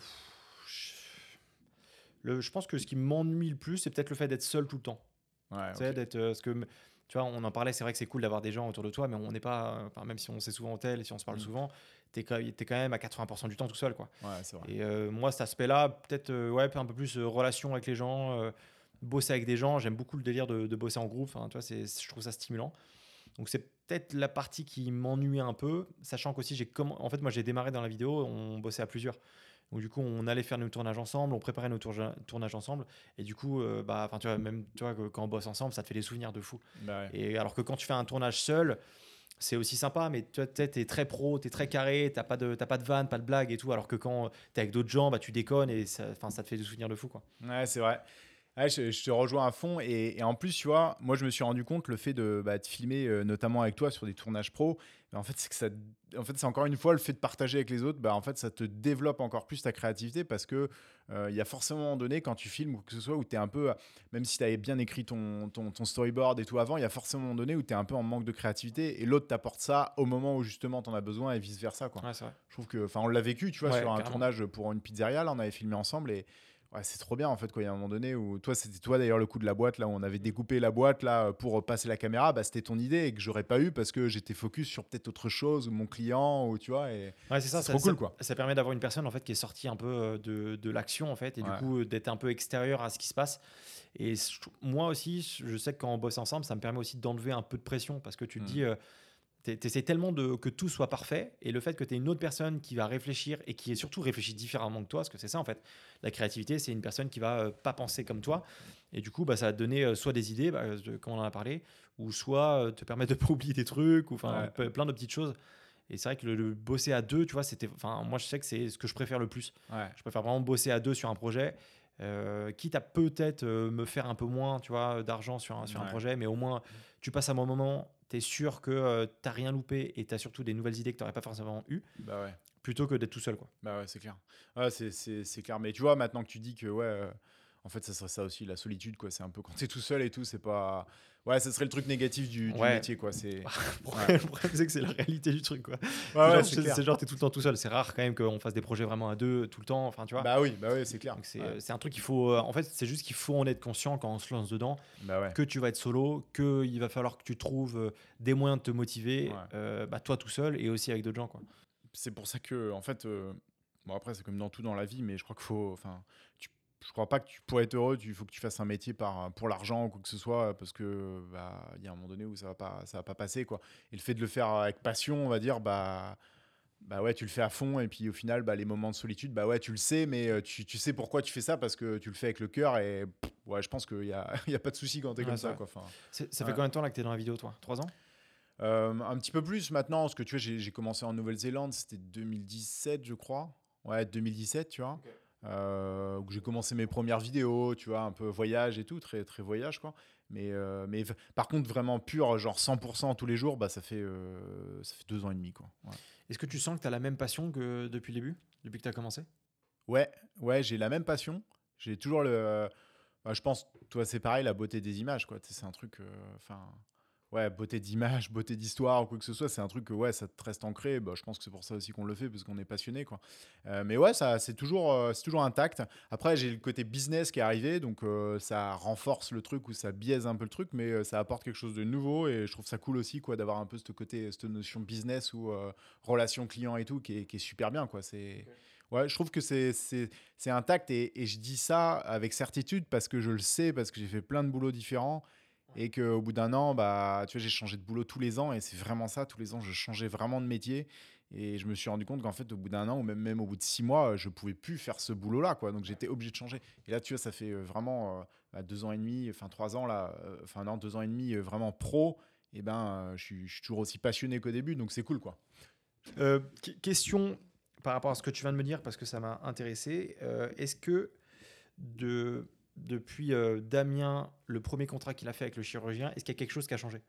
le je pense que ce qui m'ennuie le plus, c'est peut-être le fait d'être seul tout le temps. Ouais, Tu sais, OK. d'être, heu, parce que m tu vois, on en parlait, c'est vrai que c'est cool d'avoir des gens autour de toi, mais on n'est pas, heu, enfin, même si on s'est souvent au tel et si on se parle Mmh. souvent, tu es quand tu es quand même à quatre-vingts du temps tout seul, quoi. Ouais, c'est vrai. Et heu, moi, cet aspect-là, peut-être, heu, ouais, un peu plus, heu, relation avec les gens, heu, bosser avec des gens. J'aime beaucoup le délire de de bosser en groupe, enfin, tu vois, c'est je trouve ça stimulant. Donc c'est peut-être la partie qui m'ennuie un peu, sachant qu'aussi j'ai commen en fait, moi, j'ai démarré dans la vidéo, on bossait à plusieurs. Donc du coup, on allait faire nos tournages ensemble, on préparait nos tourja tournages ensemble et du coup, heu, bah, enfin, tu vois, même, tu vois, que quand on bosse ensemble, ça te fait des souvenirs de fou. Bah ouais. Et alors que quand tu fais un tournage seul, c'est aussi sympa, mais tu es très pro, tu es très carré, tu pas de tu pas de vanne, pas de blague et tout. Alors que quand tu es avec d'autres gens, bah, tu déconnes et ça enfin, ça te fait des souvenirs de fou, quoi. Ouais, c'est vrai. Ouais, je, je te rejoins à fond. Et, et en plus, tu vois, moi, je me suis rendu compte le fait de, bah, de filmer, euh, notamment avec toi, sur des tournages pro. Bah, en fait, c'est que ça, en fait, c'est encore une fois le fait de partager avec les autres. Bah, en fait, ça te développe encore plus ta créativité parce que euh, il y a forcément un moment donné quand tu filmes ou que ce soit où tu es un peu, même si tu avais bien écrit ton, ton, ton storyboard et tout avant, il y a forcément un moment donné où tu es un peu en manque de créativité et l'autre t'apporte ça au moment où justement tu en as besoin et vice versa, quoi. Ouais, c'est vrai. Je trouve que, enfin, on l'a vécu, tu vois, Ouais, sur un carrément. tournage pour une pizzeria. Là, on avait filmé ensemble et ouais, c'est trop bien en fait, quoi. Il y a un moment donné où toi, c'était toi d'ailleurs le coup de la boîte là où on avait découpé la boîte là pour passer la caméra, bah, c'était ton idée et que j'aurais pas eu parce que j'étais focus sur peut-être autre chose ou mon client ou tu vois, et Ouais, c'est ça, c'est ça trop ça cool, quoi. ça permet d'avoir une personne, en fait, qui est sortie un peu, heu, de de l'action, en fait et du Ouais. coup, heu, d'être un peu extérieur à ce qui se passe et s je trou moi aussi, je sais que quand on bosse ensemble, ça me permet aussi d'enlever un peu de pression parce que tu te Mm. dis, heu, tu essaies tellement de que tout soit parfait et le fait que tu aies une autre personne qui va réfléchir et qui est surtout réfléchit différemment que toi, parce que c'est ça, en fait. La créativité, c'est une personne qui va, heu, pas penser comme toi et du coup, bah, ça va te donner, heu, soit des idées, bah, de comme on en a parlé ou soit, heu, te permettre de pas oublier des trucs ou enfin, Ouais. ple plein de petites choses et c'est vrai que le, le bosser à deux, tu vois, c'était. Enfin, moi, je sais que c'est ce que je préfère le plus. Ouais. Je préfère vraiment bosser à deux sur un projet, euh, quitte à peut-être euh, me faire un peu moins, tu vois, d'argent sur un, sur un Ouais. projet, mais au moins, tu passes un bon moment, tu es sûr que euh, tu rien loupé et tu as surtout des nouvelles idées que tu n'aurais pas forcément eues, Bah ouais. plutôt que d'être tout seul, quoi. Bah ouais, c'est clair. Ouais, c'est, c'est, c'est clair. Mais tu vois, maintenant que tu dis que, ouais, euh, en fait, ça serait ça aussi, la solitude, quoi. C'est un peu quand t'es tout seul et tout, c'est pas. Ouais, ça serait le truc négatif du, du Ouais, métier, quoi. C'est. le Ouais. problème, le problème, c'est que c'est la réalité du truc, quoi. Ouais, C'est ouais, genre, c'est c'est c'est clair. genre, t'es tout le temps tout seul. C'est rare quand même qu'on fasse des projets vraiment à deux tout le temps, enfin, tu vois. Bah oui, bah oui, c'est clair. Donc c'est Ouais. euh, c'est un truc qu'il faut. euh, En fait, c'est juste qu'il faut en être conscient quand on se lance dedans, Bah ouais. que tu vas être solo, qu'il va falloir que tu trouves euh, des moyens de te motiver, Ouais. euh, bah, toi tout seul et aussi avec d'autres gens, quoi. C'est pour ça que, en fait, euh, bon, après, c'est comme dans tout dans la vie, mais je crois qu'il faut. Enfin, tu, je crois pas que tu pourrais être heureux, il faut que tu fasses un métier par, pour l'argent ou quoi que ce soit, parce que, bah, il y a un moment donné où ça va pas, ça va pas passer, quoi. Et le fait de le faire avec passion, on va dire, bah. Bah ouais, tu le fais à fond et puis au final, bah, les moments de solitude, bah ouais, tu le sais, mais euh, tu, tu sais pourquoi tu fais ça parce que tu le fais avec le cœur et pff, ouais, je pense qu'il y a, il y a pas de souci quand t'es Ouais, comme c'est ça, vrai. quoi. Enfin, C'est- Ça fait ouais. combien de temps là que tu es dans la vidéo, toi? Trois ans? Euh, un petit peu plus maintenant, parce que tu vois, j'ai j'ai commencé en Nouvelle-Zélande, c'était deux mille dix-sept, je crois. Ouais, deux mille dix-sept, tu vois. Ok. Euh, où j'ai commencé mes premières vidéos, tu vois, un peu voyage et tout, très, très voyage, quoi. Mais, euh, mais v- par contre, vraiment pur, genre cent pour cent tous les jours, bah, ça, fait, euh, ça fait deux ans et demi. Quoi. Ouais. Est-ce que tu sens que tu as la même passion que depuis le début, depuis que tu as commencé? Ouais, ouais, j'ai la même passion. J'ai toujours le. Bah, je pense, toi, c'est pareil, la beauté des images, quoi. Tu sais, c'est un truc. euh, Enfin, ouais, beauté d'image, beauté d'histoire ou quoi que ce soit, c'est un truc que, ouais, ça te reste ancré. Bah, je pense que c'est pour ça aussi qu'on le fait, parce qu'on est passionné, quoi. Euh, mais ouais, ça, c'est toujours, euh, c'est toujours intact. Après, j'ai le côté business qui est arrivé, donc euh, ça renforce le truc ou ça biaise un peu le truc, mais euh, ça apporte quelque chose de nouveau et je trouve ça cool aussi, quoi, d'avoir un peu ce côté, cette notion business ou euh, relation client et tout, qui est, qui est super bien, quoi. C'est. Ouais, je trouve que c'est, c'est, c'est intact et, et je dis ça avec certitude parce que je le sais, parce que j'ai fait plein de boulots différents et qu'au bout d'un an, bah, tu vois, j'ai changé de boulot tous les ans et c'est vraiment ça. Tous les ans, je changeais vraiment de métier et je me suis rendu compte qu'en fait, au bout d'un an ou même, même au bout de six mois, je pouvais plus faire ce boulot-là, quoi. Donc j'étais obligé de changer. Et là, tu vois, ça fait euh, vraiment euh, bah, deux ans et demi, enfin trois ans là, euh, enfin non, deux ans et demi euh, vraiment pro. Et ben, euh, je suis je suis toujours aussi passionné qu'au début, donc c'est cool, quoi. Euh, que- question par rapport à ce que tu viens de me dire, parce que ça m'a intéressé. Euh, est-ce que de, depuis euh, Damien, le premier contrat qu'il a fait avec le chirurgien, est-ce qu'il y a quelque chose qui a changé?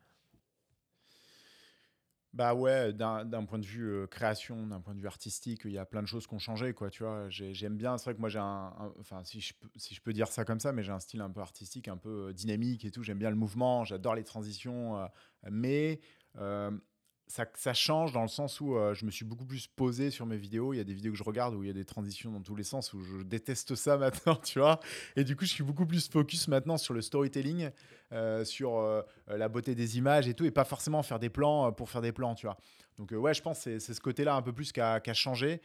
Bah ouais, d'un d'un point de vue euh, création, d'un point de vue artistique, il y a plein de choses qui ont changé, quoi, tu vois. J'ai- J'aime bien, c'est vrai que moi j'ai un, un- enfin si je, peux- si je peux dire ça comme ça, mais j'ai un style un peu artistique, un peu euh, dynamique et tout. J'aime bien le mouvement, j'adore les transitions, euh, mais euh, ça, ça change dans le sens où euh, je me suis beaucoup plus posé sur mes vidéos. Il y a des vidéos que je regarde où il y a des transitions dans tous les sens, où je déteste ça maintenant, tu vois. Et du coup, je suis beaucoup plus focus maintenant sur le storytelling, euh, sur euh, euh, la beauté des images et tout, et pas forcément faire des plans euh, pour faire des plans, tu vois. Donc euh, ouais, je pense que c'est c'est ce côté-là un peu plus qui a, qui a changé.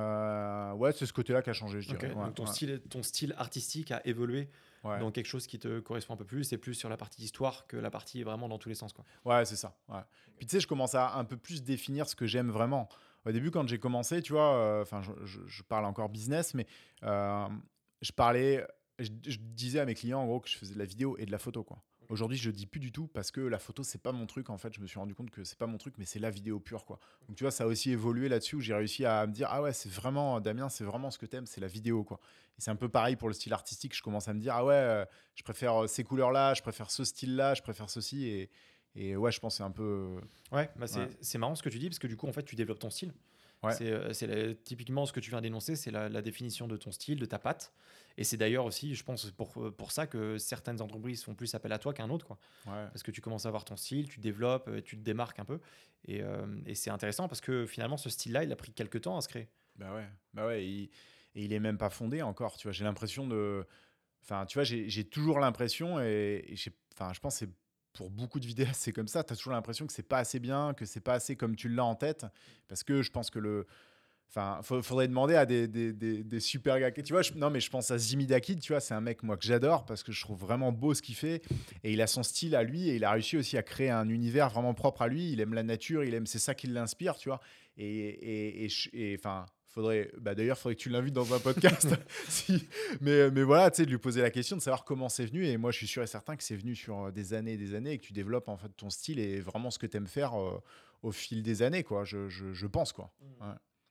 Euh, ouais, c'est ce côté-là qui a changé, je Ok, dirais. Ouais, donc ton ouais, style, ton style artistique a évolué ouais. dans quelque chose qui te correspond un peu plus. C'est plus sur la partie histoire que la partie vraiment dans tous les sens, quoi. Ouais, c'est ça. Ouais. Puis tu sais, je commence à un peu plus définir ce que j'aime vraiment. Au début, quand j'ai commencé, tu vois, euh, enfin, je, je- je parle encore business, mais euh, je parlais, je, je disais à mes clients en gros que je faisais de la vidéo et de la photo, quoi. Aujourd'hui, je le dis plus du tout parce que la photo, c'est pas mon truc. En fait, je me suis rendu compte que c'est pas mon truc, mais c'est la vidéo pure, quoi. Donc, tu vois, ça a aussi évolué là-dessus où j'ai réussi à me dire, ah ouais, c'est vraiment, Damien, c'est vraiment ce que t'aimes, c'est la vidéo, quoi. Et c'est un peu pareil pour le style artistique. Je commence à me dire, ah ouais, euh, je préfère ces couleurs-là, je préfère ce style-là, je préfère ceci. Et, et ouais, je pense que c'est un peu. Ouais, bah Ouais. c'est c'est marrant ce que tu dis, parce que du coup, en fait, tu développes ton style. Ouais. C'est euh, c'est la- typiquement ce que tu viens d'énoncer, c'est la, la définition de ton style, de ta patte. Et c'est d'ailleurs aussi, je pense, pour, pour ça que certaines entreprises font plus appel à toi qu'un autre, quoi. Ouais. Parce que tu commences à avoir ton style, tu développes, euh, tu te démarques un peu. Et, euh, et c'est intéressant parce que finalement, ce style-là, il a pris quelques temps à se créer. Bah ouais. Bah ouais. Et, il- et il est même pas fondé encore. Tu vois, j'ai l'impression de. Enfin, tu vois, j'ai j'ai toujours l'impression, et, et j'ai- enfin, je pense que c'est pour beaucoup de vidéastes, c'est comme ça. Tu as toujours l'impression que c'est pas assez bien, que c'est pas assez comme tu l'as en tête. Parce que je pense que le. Enfin, il faudrait demander à des, des, des, des super gars. Tu vois, je- non, mais je pense à Zimi Dakid, tu vois, c'est un mec, moi, que j'adore parce que je trouve vraiment beau ce qu'il fait. Et il a son style à lui et il a réussi aussi à créer un univers vraiment propre à lui. Il aime la nature, il aime, c'est ça qui l'inspire, tu vois. Et, et, et, je- et, enfin, faudrait, bah d'ailleurs, faudrait que tu l'invites dans un podcast. si, mais, mais voilà, tu sais, de lui poser la question, de savoir comment c'est venu. Et moi, je suis sûr et certain que c'est venu sur des années et des années et que tu développes en fait ton style et vraiment ce que tu aimes faire euh, au fil des années, quoi. Je, je, je pense, quoi. Ouais.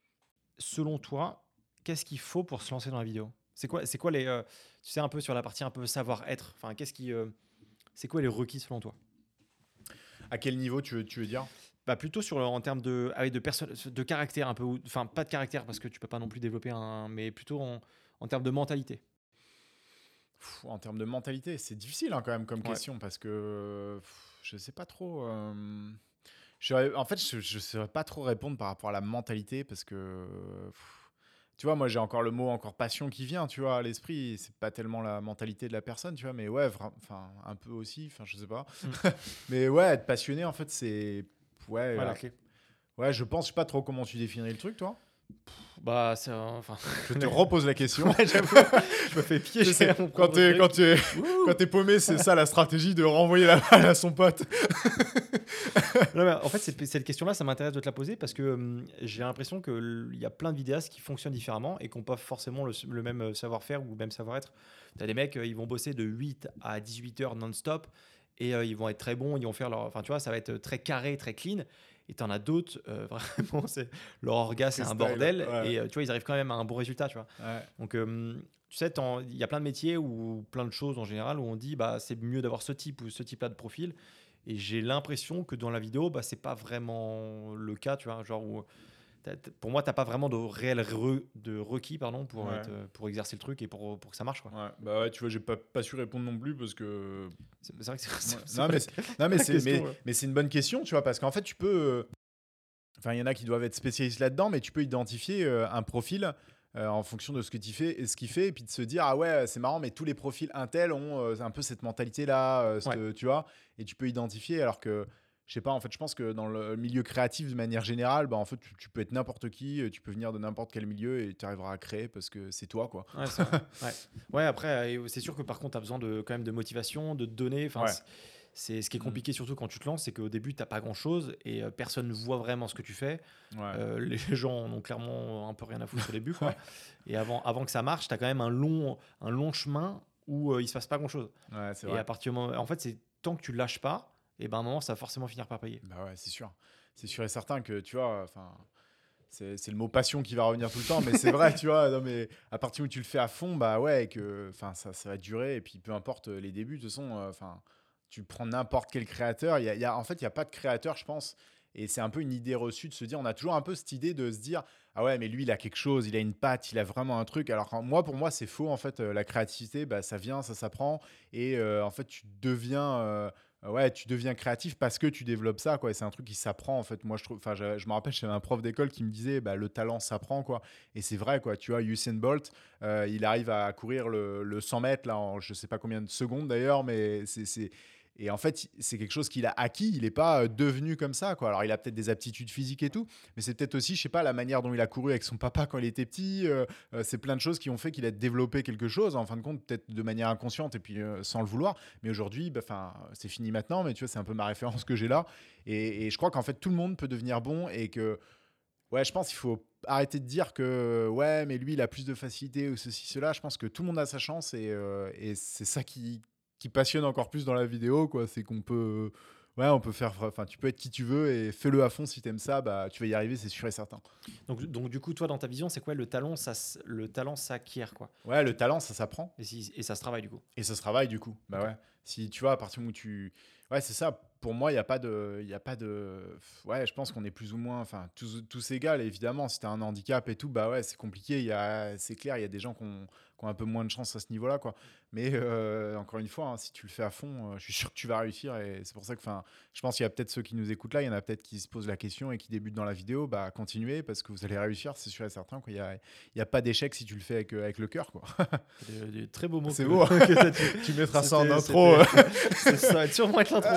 Selon toi, qu'est-ce qu'il faut pour se lancer dans la vidéo? C'est quoi, c'est quoi les, euh, tu sais, un peu sur la partie un peu savoir-être. Enfin, qu'est-ce qui, euh, c'est quoi les requis selon toi? À quel niveau tu veux, tu veux dire? Bah plutôt sur le- en termes de, ah oui, de, perso- de caractère un peu, ou- enfin pas de caractère parce que tu peux pas non plus développer un, mais plutôt en, en termes de mentalité. Pff, en termes de mentalité, c'est difficile hein, quand même comme Ouais. question parce que pff, je sais pas trop. euh, je saurais- en fait, je ne saurais pas trop répondre par rapport à la mentalité parce que pff, tu vois, moi j'ai encore le mot encore passion qui vient, tu vois, à l'esprit. C'est pas tellement la mentalité de la personne, tu vois, mais ouais, vra- enfin un peu aussi, enfin je sais pas. Mm. Mais ouais, être passionné en fait, c'est ouais, Ouais, la euh, clé. ouais, je pense je sais pas trop comment tu définirais le truc, toi. Bah c'est, euh, enfin, Je te repose la question. ouais, j'avoue, je me fais Je piéger sais, à mon quand propre t'es truc. quand t'es Ouh. quand t'es paumé, c'est ça la stratégie de renvoyer la balle à son pote. Non, mais en fait, cette, cette question-là, ça m'intéresse de te la poser parce que hum, j'ai l'impression qu'il y a plein de vidéastes qui fonctionnent différemment et qui n'ont pas forcément le, le même euh, savoir-faire ou le même savoir-être. Tu as des mecs, euh, ils vont bosser de huit à dix-huit heures non-stop et euh, ils vont être très bons, ils vont faire leur. Enfin, tu vois, ça va être très carré, très clean. Et tu en as d'autres, euh, vraiment, c'est, leur orga, c'est un Freestyle, bordel. ouais. Et euh, tu vois, ils arrivent quand même à un bon résultat, tu vois. Ouais. Donc, euh, tu sais, t'en- il y a plein de métiers ou plein de choses en général où on dit bah, c'est mieux d'avoir ce type ou ce type-là de profil. Et j'ai l'impression que dans la vidéo, bah, c'est pas vraiment le cas, tu vois. Genre où, t'as- t'as- pour moi, tu n'as pas vraiment de réel re- de requis pardon, pour, Ouais. être, pour exercer le truc et pour, pour que ça marche, quoi. Ouais. Bah ouais, tu vois, j'ai pas, pas su répondre non plus parce que. C'est, c'est vrai que c'est, c'est- Ouais. c'est Non, pas, mais la- c'est, c'est non, pas mais la c'est, question. mais, Ouais. mais c'est une bonne question, tu vois, parce qu'en fait, tu peux. euh, Enfin, il y en a qui doivent être spécialistes là-dedans, mais tu peux identifier euh, un profil euh, en fonction de ce que tu fais et ce qu'il fait, et puis de se dire ah ouais, c'est marrant, mais tous les profils Intel ont euh, un peu cette mentalité-là, euh, Ouais. cette- tu vois, et tu peux identifier, alors que je sais pas, en fait, je pense que dans le milieu créatif de manière générale, bah, en fait, tu, tu peux être n'importe qui, euh, tu peux venir de n'importe quel milieu et tu arriveras à créer parce que c'est toi, quoi. Ouais, c'est vrai. Ouais. Ouais, après, euh, c'est sûr que par contre, tu as besoin de, quand même de motivation, de données. Enfin, Ouais. c'est, c'est- ce qui est Mm. compliqué, surtout quand tu te lances, c'est qu'au début, tu n'as pas grand-chose et euh, personne ne voit vraiment ce que tu fais. Ouais. Euh, les gens en ont clairement un peu rien à foutre au début, Ouais. quoi. Et avant, avant que ça marche, tu as quand même un long, un long chemin où euh, il se passe pas grand-chose. Ouais, c'est Et vrai. à partir du moment, en fait, c'est tant que tu lâches pas, et ben à un moment, ça va forcément finir par payer. Bah ouais, c'est sûr. C'est sûr et certain que, tu vois, enfin. C'est, c'est le mot passion qui va revenir tout le temps, mais c'est vrai, tu vois. Non, mais à partir où tu le fais à fond, bah ouais, et que, enfin, ça, ça va durer. Et puis, peu importe euh, les débuts, de toute façon, euh, enfin, tu prends n'importe quel créateur. Il y a, il y a- en fait, il n'y a pas de créateur, je pense. Et c'est un peu une idée reçue de se dire, on a toujours un peu cette idée de se dire, ah ouais, mais lui, il a quelque chose, il a une patte, il a vraiment un truc. Alors, quand- moi, pour moi, c'est faux. En fait, euh, la créativité, bah, ça vient, ça s'apprend. Et euh, en fait, tu deviens. euh, euh, ouais, tu deviens créatif parce que tu développes ça, quoi. Et c'est un truc qui s'apprend, en fait. Moi, je trouve, enfin, je, je me rappelle, j'avais un prof d'école qui me disait, bah, le talent s'apprend, quoi. Et c'est vrai, quoi. Tu vois, Usain Bolt, euh, il arrive à courir le, le cent mètres, là, en je sais pas combien de secondes d'ailleurs, mais c'est, c'est... Et en fait, c'est quelque chose qu'il a acquis. Il n'est pas euh, devenu comme ça, quoi. Alors, il a peut-être des aptitudes physiques et tout, mais c'est peut-être aussi, je sais pas, la manière dont il a couru avec son papa quand il était petit. Euh, euh, c'est plein de choses qui ont fait qu'il a développé quelque chose, en fin de compte, peut-être de manière inconsciente et puis euh, sans le vouloir. Mais aujourd'hui, bah, c'est fini maintenant, mais tu vois, c'est un peu ma référence que j'ai là. Et, et je crois qu'en fait, tout le monde peut devenir bon et que, ouais, je pense qu'il faut arrêter de dire que, ouais, mais lui, il a plus de facilité ou ceci, cela. Je pense que tout le monde a sa chance et, euh, et c'est ça qui, qui passionne encore plus dans la vidéo, quoi. C'est qu'on peut, ouais, on peut faire, enfin, tu peux être qui tu veux et fais-le à fond si t'aimes ça, bah, tu vas y arriver, c'est sûr et certain. Donc, donc du coup, toi, dans ta vision, c'est quoi le talent ça, s- le talent s'acquiert, quoi. Ouais, le talent, ça s'apprend. Et, si- et ça se travaille, du coup. Et ça se travaille du coup. Bah Ok. ouais. Si tu vois, à partir du moment où tu. Ouais, c'est ça. Pour moi, il n'y a pas de. Il y a pas de. Ouais, je pense qu'on est plus ou moins. Enfin, tous, tous égal, évidemment. Si tu as un handicap et tout, bah ouais, c'est compliqué. Il y a... C'est clair, il y a des gens qui ont, qui ont un peu moins de chance à ce niveau-là, quoi. Mais euh, encore une fois, hein, si tu le fais à fond, euh, je suis sûr que tu vas réussir. Et c'est pour ça que, enfin, je pense qu'il y a peut-être ceux qui nous écoutent là, il y en a peut-être qui se posent la question et qui débutent dans la vidéo. Bah, continuez parce que vous allez réussir, c'est sûr et certain. Quoi. Il n'y a, il y a pas d'échec si tu le fais avec, avec le cœur, quoi. Des, des très beaux mots C'est que, beau, hein. que t'as dit. Tu mettras ça en C'était- intro. c'était- c'est- Ça va être sûrement être l'intro.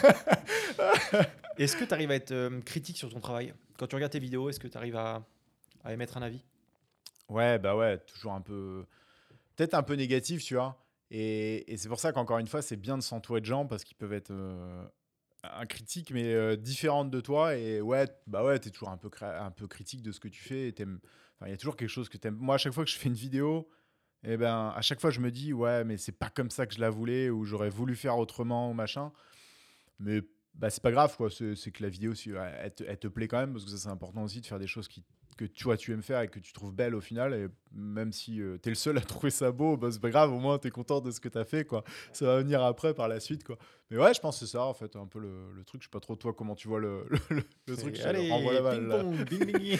Ouais. Est-ce que tu arrives à être euh, critique sur ton travail? Quand tu regardes tes vidéos, est-ce que tu arrives à, à émettre un avis? Ouais, bah ouais, toujours un peu. Peut-être un peu négatif, tu vois. Et, et c'est pour ça qu'encore une fois, c'est bien de s'entourer de gens parce qu'ils peuvent être euh, un critique, mais euh, différentes de toi. Et ouais, bah ouais, t'es toujours un peu, cré- un peu critique de ce que tu fais. et t'aimes- Enfin, il y a toujours quelque chose que t'aimes. Moi, à chaque fois que je fais une vidéo, eh ben, à chaque fois, je me dis, ouais, mais c'est pas comme ça que je la voulais ou j'aurais voulu faire autrement ou machin. Mais bah, c'est pas grave, quoi. C'est, c'est que la vidéo, si, ouais, elle, te, elle te plaît quand même, parce que ça, c'est important aussi de faire des choses qui, que tu, vois, tu aimes faire et que tu trouves belles au final. Et même si tu t'es le seul à trouver ça beau, bah, c'est pas grave, au moins t'es content de ce que t'as fait, quoi. Ça va venir après par la suite, quoi. Mais ouais, je pense que c'est ça, en fait, un peu le, le truc. Je sais pas trop, toi, comment tu vois le, le, le- le truc. Je te renvoie la Allez, balle, là. ping-pong, bing, bing.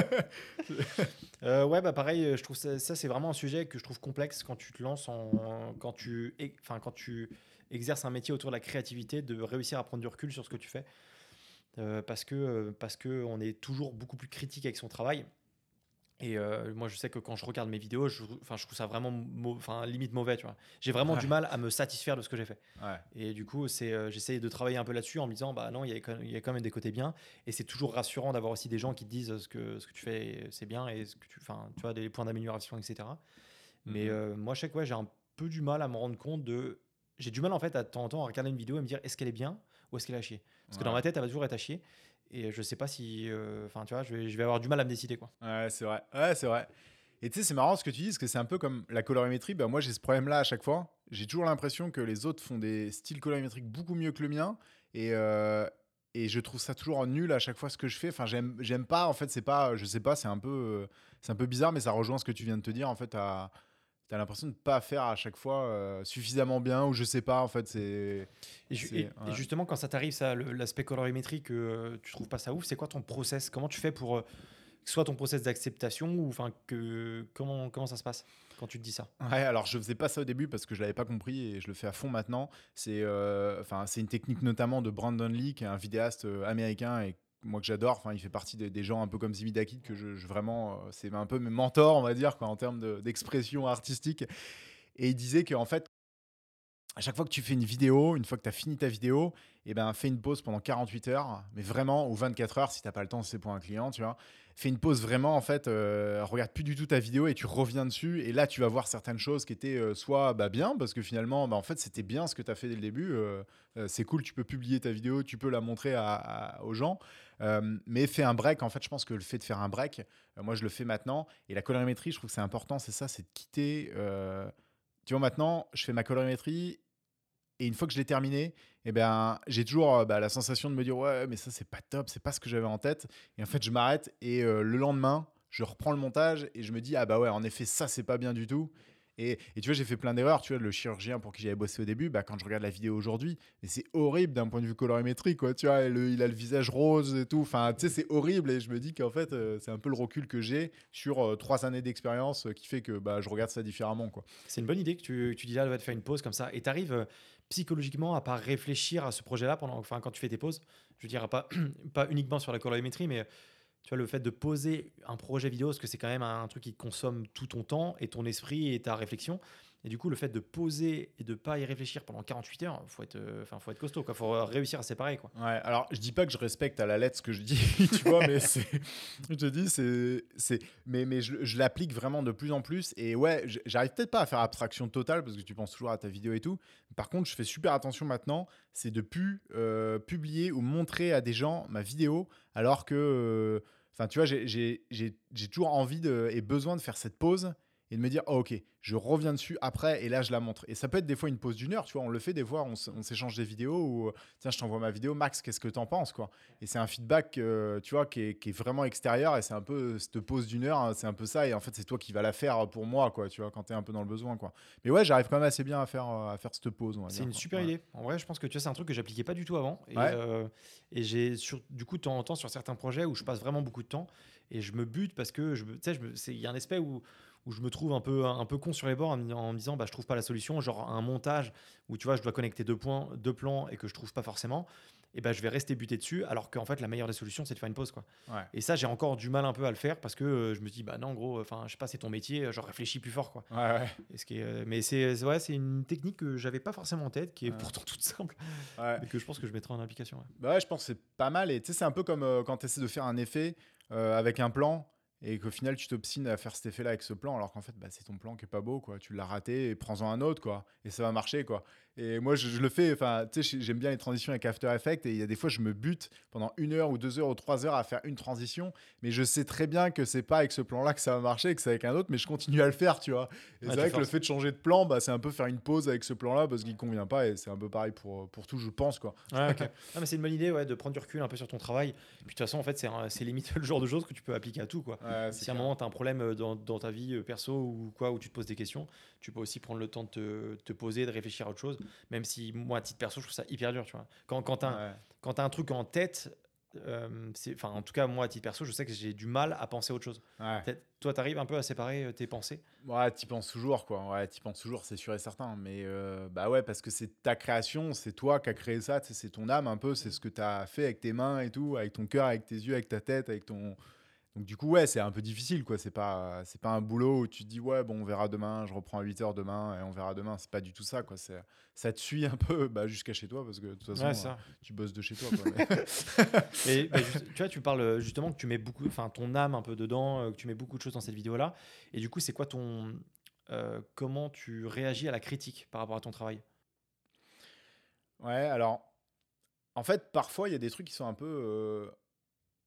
Euh, ouais, bah pareil, je trouve ça, ça, c'est vraiment un sujet que je trouve complexe quand tu te lances en, quand tu, e- enfin quand tu exerces un métier autour de la créativité, de réussir à prendre du recul sur ce que tu fais, Euh, parce que euh, parce que on est toujours beaucoup plus critique avec son travail. Et euh, moi, je sais que quand je regarde mes vidéos, je, enfin, je trouve ça vraiment, mau- enfin, limite mauvais, tu vois. J'ai vraiment du Ouais, mal à me satisfaire de ce que j'ai fait. ouais, Et du coup, c'est, euh, j'essaye de travailler un peu là-dessus en me disant, bah non, il y a quand il y a quand même des côtés bien. Et c'est toujours rassurant d'avoir aussi des gens qui te disent euh, ce que, ce que tu fais, c'est bien, et ce que tu, enfin, tu vois, des points d'amélioration, et cetera. Mais Mhm. euh, moi, je sais que ouais, j'ai un peu du mal à me rendre compte de. J'ai du mal en fait à de temps en temps à regarder une vidéo et me dire est-ce qu'elle est bien ou est-ce qu'elle est à chier. Parce que dans ouais. ma tête, elle va toujours être à chier. Et je sais pas si. euh, Enfin, tu vois, je vais, je vais avoir du mal à me décider, quoi. Ouais, c'est vrai. Ouais, c'est vrai. Et tu sais, c'est marrant ce que tu dis, parce que c'est un peu comme la colorimétrie. Bah, moi, j'ai ce problème-là à chaque fois. J'ai toujours l'impression que les autres font des styles colorimétriques beaucoup mieux que le mien. Et, euh, et je trouve ça toujours nul à chaque fois ce que je fais. Enfin, j'aime, j'aime pas. En fait, c'est pas, je sais pas, c'est un peu, euh, c'est un peu bizarre, mais ça rejoint ce que tu viens de te dire. En fait, t'as, t'as l'impression de pas faire à chaque fois euh, suffisamment bien, ou je sais pas. En fait, c'est, Et, ju- c'est, et- et ouais. justement, quand ça t'arrive, ça, le- l'aspect colorimétrie que euh, tu trouves pas ça ouf, c'est quoi ton process? Comment tu fais pour euh, soit ton process d'acceptation ou enfin que comment comment ça se passe quand tu te dis ça? Ouais, alors je faisais pas ça au début parce que je l'avais pas compris et je le fais à fond maintenant. C'est euh, enfin c'est une technique notamment de Brandon Lee qui est un vidéaste euh, américain et moi que j'adore. Enfin il fait partie des, des gens un peu comme Zimi Dakid que je, je vraiment euh, c'est un peu mes mentors on va dire quoi en termes de- d'expression artistique. Et il disait qu'en fait à chaque fois que tu fais une vidéo, une fois que tu as fini ta vidéo, eh ben, fais une pause pendant quarante-huit heures, mais vraiment, ou vingt-quatre heures si tu n'as pas le temps, c'est pour un client, tu vois. Fais une pause vraiment, en fait, euh, regarde plus du tout ta vidéo et tu reviens dessus. Et là, tu vas voir certaines choses qui étaient euh, soit bah, bien, parce que finalement, bah, en fait, c'était bien ce que tu as fait dès le début. euh, euh, c'est cool, tu peux publier ta vidéo, tu peux la montrer à- à- aux gens. Euh, mais fais un break. En fait, je pense que le fait de faire un break, euh, moi, je le fais maintenant. Et la colorimétrie, je trouve que c'est important, c'est ça, c'est de quitter. euh, Tu vois, maintenant, je fais ma colorimétrie et une fois que je l'ai terminé, eh ben, j'ai toujours euh, bah, la sensation de me dire ouais, mais ça c'est pas top, c'est pas ce que j'avais en tête. Et en fait, je m'arrête et euh, le lendemain, je reprends le montage et je me dis ah bah ouais, en effet, ça c'est pas bien du tout. Et, et tu vois, j'ai fait plein d'erreurs. Tu vois, le chirurgien pour qui j'avais bossé au début, bah, quand je regarde la vidéo aujourd'hui, et c'est horrible d'un point de vue colorimétrique, quoi. Tu vois, et le- il a le visage rose et tout. Enfin, tu sais, c'est horrible. Et je me dis qu'en fait, euh, c'est un peu le recul que j'ai sur euh, trois années d'expérience euh, qui fait que bah, je regarde ça différemment, quoi. C'est une bonne idée que tu, que tu dis là, de faire une pause comme ça. Et tu arrives psychologiquement à pas réfléchir à ce projet-là pendant, enfin, quand tu fais tes pauses. Je veux dire, pas, pas uniquement sur la colorimétrie, mais tu vois, le fait de poser un projet vidéo, parce que c'est quand même un truc qui consomme tout ton temps et ton esprit et ta réflexion. Et du coup, le fait de poser et de pas y réfléchir pendant quarante-huit heures, faut être, euh, enfin, faut être costaud, quoi. Faut réussir à séparer, quoi. Ouais, alors je dis pas que je respecte à la lettre ce que je dis, tu vois, mais c'est, je te dis, c'est, c'est, mais, mais je, je l'applique vraiment de plus en plus. Et ouais, j- j'arrive peut-être pas à faire abstraction totale parce que tu penses toujours à ta vidéo et tout. Par contre, je fais super attention maintenant, c'est de plus euh, publier ou montrer à des gens ma vidéo, alors que, euh, enfin, tu vois, j'ai, j'ai, j'ai, j'ai toujours envie de, et besoin de faire cette pause et de me dire, oh, ok, je reviens dessus après et là je la montre. Et ça peut être des fois une pause d'une heure, tu vois, on le fait des fois, on, s- on s'échange des vidéos ou tiens, je t'envoie ma vidéo, Max, qu'est-ce que t'en penses, quoi. Et c'est un feedback, euh, tu vois, qui est, qui est vraiment extérieur et c'est un peu cette pause d'une heure, hein, c'est un peu ça. Et en fait, c'est toi qui vas la faire pour moi, quoi, tu vois, quand t'es un peu dans le besoin, quoi. Mais ouais, j'arrive quand même assez bien à faire, euh, à faire cette pause, on va C'est dire, une quoi. super Ouais. idée. En vrai, je pense que tu vois, c'est un truc que j'appliquais pas du tout avant. Et, Ouais. euh, et j'ai sur, du coup de temps en temps sur certains projets où je passe vraiment beaucoup de temps et je me bute parce que je, me- tu sais, je me- c'est- il y a un aspect où, où je me trouve un peu, un peu con sur les bords en, me en me disant bah, je trouve pas la solution. Genre un montage où tu vois, je dois connecter deux points, deux plans et que je trouve pas forcément. Et ben je vais rester buté dessus alors qu'en fait la meilleure des solutions c'est de faire une pause quoi. Ouais. Et ça j'ai encore du mal un peu à le faire parce que euh, je me dis bah non gros enfin je sais pas c'est ton métier genre réfléchis plus fort quoi. Ouais, ouais. Et ce qui est, euh, mais c'est c'est- ouais, c'est une technique que j'avais pas forcément en tête, qui est Ouais. pourtant toute simple, Ouais. mais que je pense que je mettrai en application. Ouais. Bah ouais, je pense que c'est pas mal. Et tu sais, c'est un peu comme euh, quand tu essaies de faire un effet euh, avec un plan et qu'au final, tu t'obstines à faire cet effet-là avec ce plan, alors qu'en fait, bah, c'est ton plan qui est pas beau, quoi. Tu l'as raté et prends-en un autre, quoi. Et ça va marcher, quoi. Et moi, je, je le fais, enfin, tu sais, j'aime bien les transitions avec After Effects et il y a des fois, je me bute pendant une heure ou deux heures ou trois heures à faire une transition, mais je sais très bien que c'est pas avec ce plan-là que ça va marcher, que c'est avec un autre, mais je continue à le faire, tu vois. Et Ouais, c'est tu vrai que le forces. fait de changer de plan, bah, c'est un peu faire une pause avec ce plan-là parce qu'il convient pas et c'est un peu pareil pour, pour tout, je pense, quoi. Ouais, ok. Non, mais c'est une bonne idée ouais, de prendre du recul un peu sur ton travail. Et puis de toute façon, en fait, c'est un- c'est limite le genre de choses que tu peux appliquer à tout. Quoi. Ouais, c'est Si à un clair. moment, tu as un problème euh, dans, dans ta vie euh, perso ou quoi, où tu te poses des questions, tu peux aussi prendre le temps de te, te poser, de réfléchir à autre chose. Même si moi, à titre perso, je trouve ça hyper dur. Tu vois. Quand, quand tu as, Ouais. un truc en tête, euh, c'est- enfin, en tout cas, moi, à titre perso, je sais que j'ai du mal à penser à autre chose. Ouais. Peut-être- Toi, tu arrives un peu à séparer euh, tes pensées. Ouais, t'y penses toujours, quoi. Ouais, t'y penses toujours, c'est sûr et certain. Mais euh, bah ouais, parce que c'est ta création, c'est toi qui as créé ça, tu sais, c'est ton âme un peu, c'est ce que t'as fait avec tes mains et tout, avec ton cœur, avec tes yeux, avec ta tête, avec ton. Donc du coup, ouais, c'est un peu difficile, quoi. C'est pas, c'est pas un boulot où tu te dis, ouais, bon, on verra demain, je reprends à huit heures demain et on verra demain. C'est pas du tout ça, quoi. C'est, ça te suit un peu bah, jusqu'à chez toi, parce que de toute Ouais, façon, euh, ça. tu bosses de chez toi, quoi. Mais- Mais, mais juste- tu vois, tu parles euh, justement que tu mets beaucoup, enfin ton âme un peu dedans, euh, que tu mets beaucoup de choses dans cette vidéo-là. Et du coup, c'est quoi ton, euh, comment tu réagis à la critique par rapport à ton travail? Ouais, alors, en fait, parfois, il y a des trucs qui sont un peu. euh, un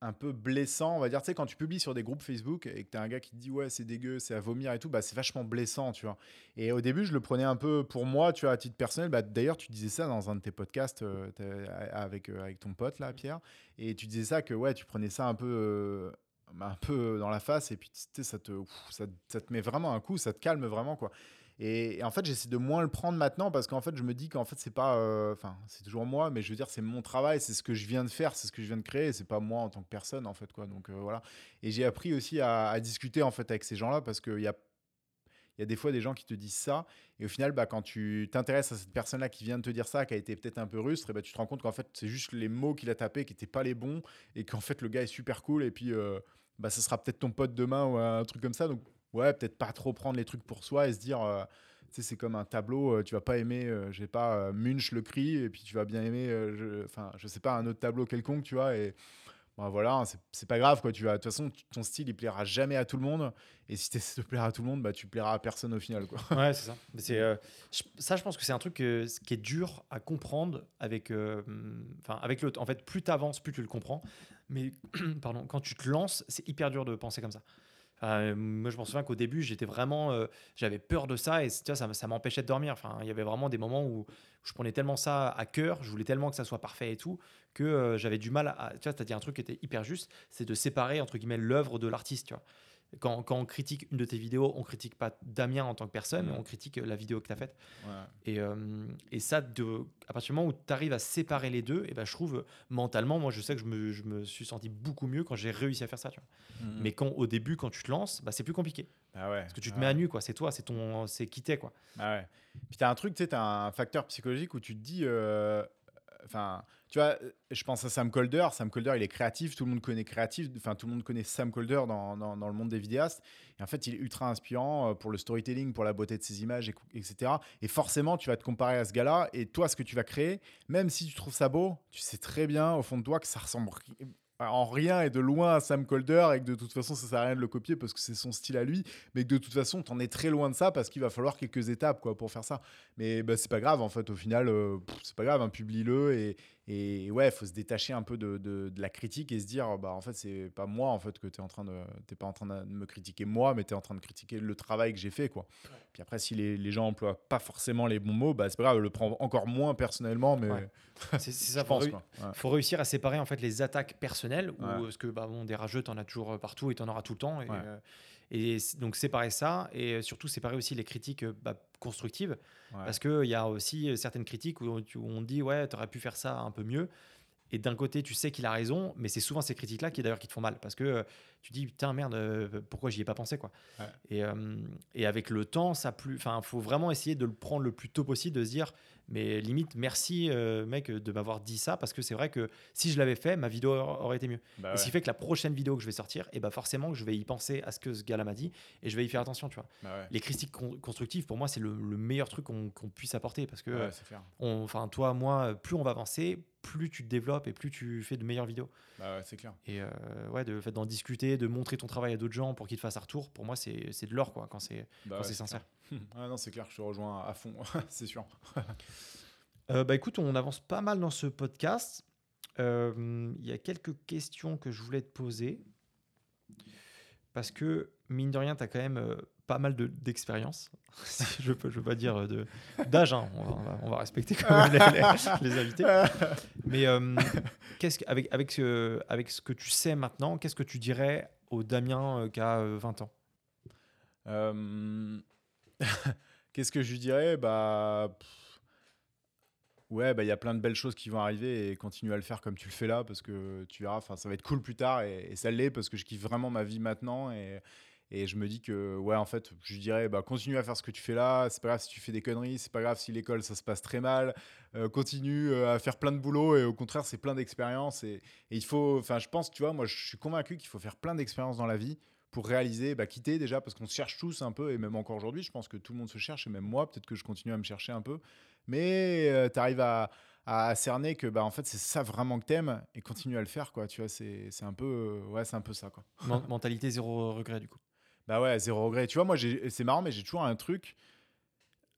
un peu blessant, on va dire. Tu sais, quand tu publies sur des groupes Facebook et que tu as un gars qui te dit ouais, c'est dégueu, c'est à vomir et tout, bah, c'est vachement blessant, tu vois. Et au début, je le prenais un peu pour moi, tu vois, à titre personnel. Bah, d'ailleurs, tu disais ça dans un de tes podcasts euh, t'as- avec, euh, avec ton pote, là, Pierre. Et tu disais ça que ouais, tu prenais ça un peu. euh, bah, un peu dans la face et puis tu sais, ça te, ouf, ça, ça te met vraiment un coup, ça te calme vraiment quoi. Et, et en fait, j'essaie de moins le prendre maintenant parce qu'en fait, je me dis qu'en fait, c'est pas. euh, Enfin, c'est toujours moi, mais je veux dire, c'est mon travail, c'est ce que je viens de faire, c'est ce que je viens de créer, c'est pas moi en tant que personne, en fait, quoi. Donc euh, voilà. Et j'ai appris aussi à, à discuter, en fait, avec ces gens-là parce qu'il y a, il y a des fois des gens qui te disent ça. Et au final, bah, quand tu t'intéresses à cette personne-là qui vient de te dire ça, qui a été peut-être un peu rustre, et bah, tu te rends compte qu'en fait, c'est juste les mots qu'il a tapés qui n'étaient pas les bons et qu'en fait, le gars est super cool. Et puis, euh, bah, ce sera peut-être ton pote demain ou un truc comme ça. Donc, ouais, peut-être pas trop prendre les trucs pour soi et se dire. euh, tu sais, c'est comme un tableau, euh, tu vas pas aimer, euh, je sais pas, euh, Munch le cri, et puis tu vas bien aimer, euh, je, enfin, je sais pas, un autre tableau quelconque, tu vois, et bah, voilà, hein, c'est c'est pas grave, quoi, tu vas, de toute façon, tu- ton style, il plaira jamais à tout le monde, et si tu essaies de plaire à tout le monde, bah, tu plairas à personne au final, quoi. Ouais, c'est ça. Mais c'est, euh, je- ça, je pense que c'est un truc euh, ce qui est dur à comprendre avec, euh, hum, enfin, avec le temps. En fait, plus tu avances, plus tu le comprends. Mais pardon, quand tu te lances, c'est hyper dur de penser comme ça. Euh, moi, je m'en souviens qu'au début, j'étais vraiment, euh, j'avais peur de ça et tu vois, ça, m- ça m'empêchait de dormir. Enfin, il y avait vraiment des moments où je prenais tellement ça à cœur, je voulais tellement que ça soit parfait et tout, que euh, j'avais du mal à. Tu vois, tu as dit un truc qui était hyper juste, c'est de séparer entre guillemets l'œuvre de l'artiste. Tu vois. Quand, quand on critique une de tes vidéos, on critique pas Damien en tant que personne, Mm. on critique euh, la vidéo que tu as faite. Ouais. Et, euh, et ça, de, à partir du moment où tu arrives à séparer les deux, et ben, je trouve euh, mentalement, moi je sais que je me, je me suis senti beaucoup mieux quand j'ai réussi à faire ça. Tu vois. Mm. Mais quand, au début, quand tu te lances, bah, c'est plus compliqué. Ah ouais, Parce que tu te ah mets à ouais. nu, quoi. C'est toi, c'est ton, c'est qui t'es, quoi. Ah ouais. Puis t'as un truc, tu sais, t'as un facteur psychologique où tu te dis, euh, enfin, tu vois, euh, je pense à Sam Colder. Sam Colder, il est créatif, tout le monde connaît créatif, enfin, tout le monde connaît Sam Colder dans, dans, dans le monde des vidéastes. Et en fait, il est ultra inspirant euh, pour le storytelling, pour la beauté de ses images, et- etc. Et forcément, tu vas te comparer à ce gars-là. Et toi, ce que tu vas créer, même si tu trouves ça beau, tu sais très bien au fond de toi que ça ressemble ri- en rien et de loin à Sam Colder et que de toute façon, ça sert à rien de le copier parce que c'est son style à lui, mais que de toute façon, t'en es très loin de ça parce qu'il va falloir quelques étapes quoi, pour faire ça. Mais bah, c'est pas grave, en fait, au final, euh, pff, c'est pas grave, hein, publie-le et, et ouais, il faut se détacher un peu de, de, de la critique et se dire, bah en fait, c'est pas moi en fait que t'es en train de, t'es pas en train de me critiquer moi, mais t'es en train de critiquer le travail que j'ai fait quoi. Puis après, si les, les gens emploient pas forcément les bons mots, bah c'est pas grave, je le prends encore moins personnellement, Ouais. mais C'est c'est je ça, faut, pense réu- quoi. Ouais, faut réussir à séparer en fait les attaques personnelles ouais, ou parce que bah, bon, des rageux, t'en as toujours euh, partout et t'en auras tout le temps. Et, ouais, euh, et c- donc séparer ça et euh, surtout séparer aussi les critiques euh, bah, constructives ouais. parce qu'il y a aussi euh, certaines critiques où, tu- où on dit ouais, t'aurais pu faire ça un peu mieux. Et d'un côté, tu sais qu'il a raison, mais c'est souvent ces critiques-là qui d'ailleurs qui te font mal parce que euh, tu dis putain merde, euh, pourquoi j'y ai pas pensé quoi. Ouais. Et, euh, et avec le temps, ça plus, enfin, faut vraiment essayer de le prendre le plus tôt possible, de se dire, mais limite, merci euh, mec de m'avoir dit ça parce que c'est vrai que si je l'avais fait, ma vidéo aurait été mieux. Bah Et ce qui ouais, fait que la prochaine vidéo que je vais sortir, et bah forcément que je vais y penser à ce que ce gars-là m'a dit et je vais y faire attention, tu vois. bah ouais, Les critiques con- constructives, pour moi, c'est le, le meilleur truc qu'on qu'on puisse apporter parce que, ouais, c'est clair. on- enfin, toi, moi, plus on va avancer, plus tu te développes et plus tu fais de meilleures vidéos. Bah ouais, c'est clair. Et euh, ouais, de le fait d'en discuter, de montrer ton travail à d'autres gens pour qu'ils te fassent un retour, pour moi, c'est c'est de l'or, quoi, quand c'est Bah quand ouais, c'est c'est clair. sincère. Ah non, c'est clair, je te rejoins à fond, c'est sûr. Euh, bah écoute, on avance pas mal dans ce podcast. Euh, Il y a quelques questions que je voulais te poser, parce que, mine de rien, tu as quand même euh, pas mal de- d'expérience. Si je peux, je veux pas dire de d'âge, hein, on, va, on va- on va respecter quand même les, les- les invités. Mais euh, qu'est-ce que- avec, avec, ce, avec ce que tu sais maintenant, qu'est-ce que tu dirais au Damien euh, qui a euh, vingt ans? Euh, Qu'est-ce que je lui dirais? Bah, pff, ouais, bah, il y a plein de belles choses qui vont arriver et continue à le faire comme tu le fais là parce que tu verras, enfin, ça va être cool plus tard et, et ça l'est parce que je kiffe vraiment ma vie maintenant et, et je me dis que, ouais, en fait, je lui dirais, bah, continue à faire ce que tu fais là, c'est pas grave si tu fais des conneries, c'est pas grave si l'école ça se passe très mal, euh, continue euh, à faire plein de boulot et au contraire, c'est plein d'expériences et, et il faut, enfin, je pense, tu vois, moi, je suis convaincu qu'il faut faire plein d'expériences dans la vie pour réaliser, bah, quitter déjà, parce qu'on se cherche tous un peu, et même encore aujourd'hui, je pense que tout le monde se cherche, et même moi, peut-être que je continue à me chercher un peu, mais tu arrives à, à cerner que bah, en fait, c'est ça vraiment que t'aimes, et continue à le faire, quoi, tu vois, c'est c'est un peu, euh, ouais, c'est un peu ça, quoi. Men- Mentalité zéro regret, du coup. Bah ouais, zéro regret. Tu vois, moi, j'ai- c'est marrant, mais j'ai toujours un truc,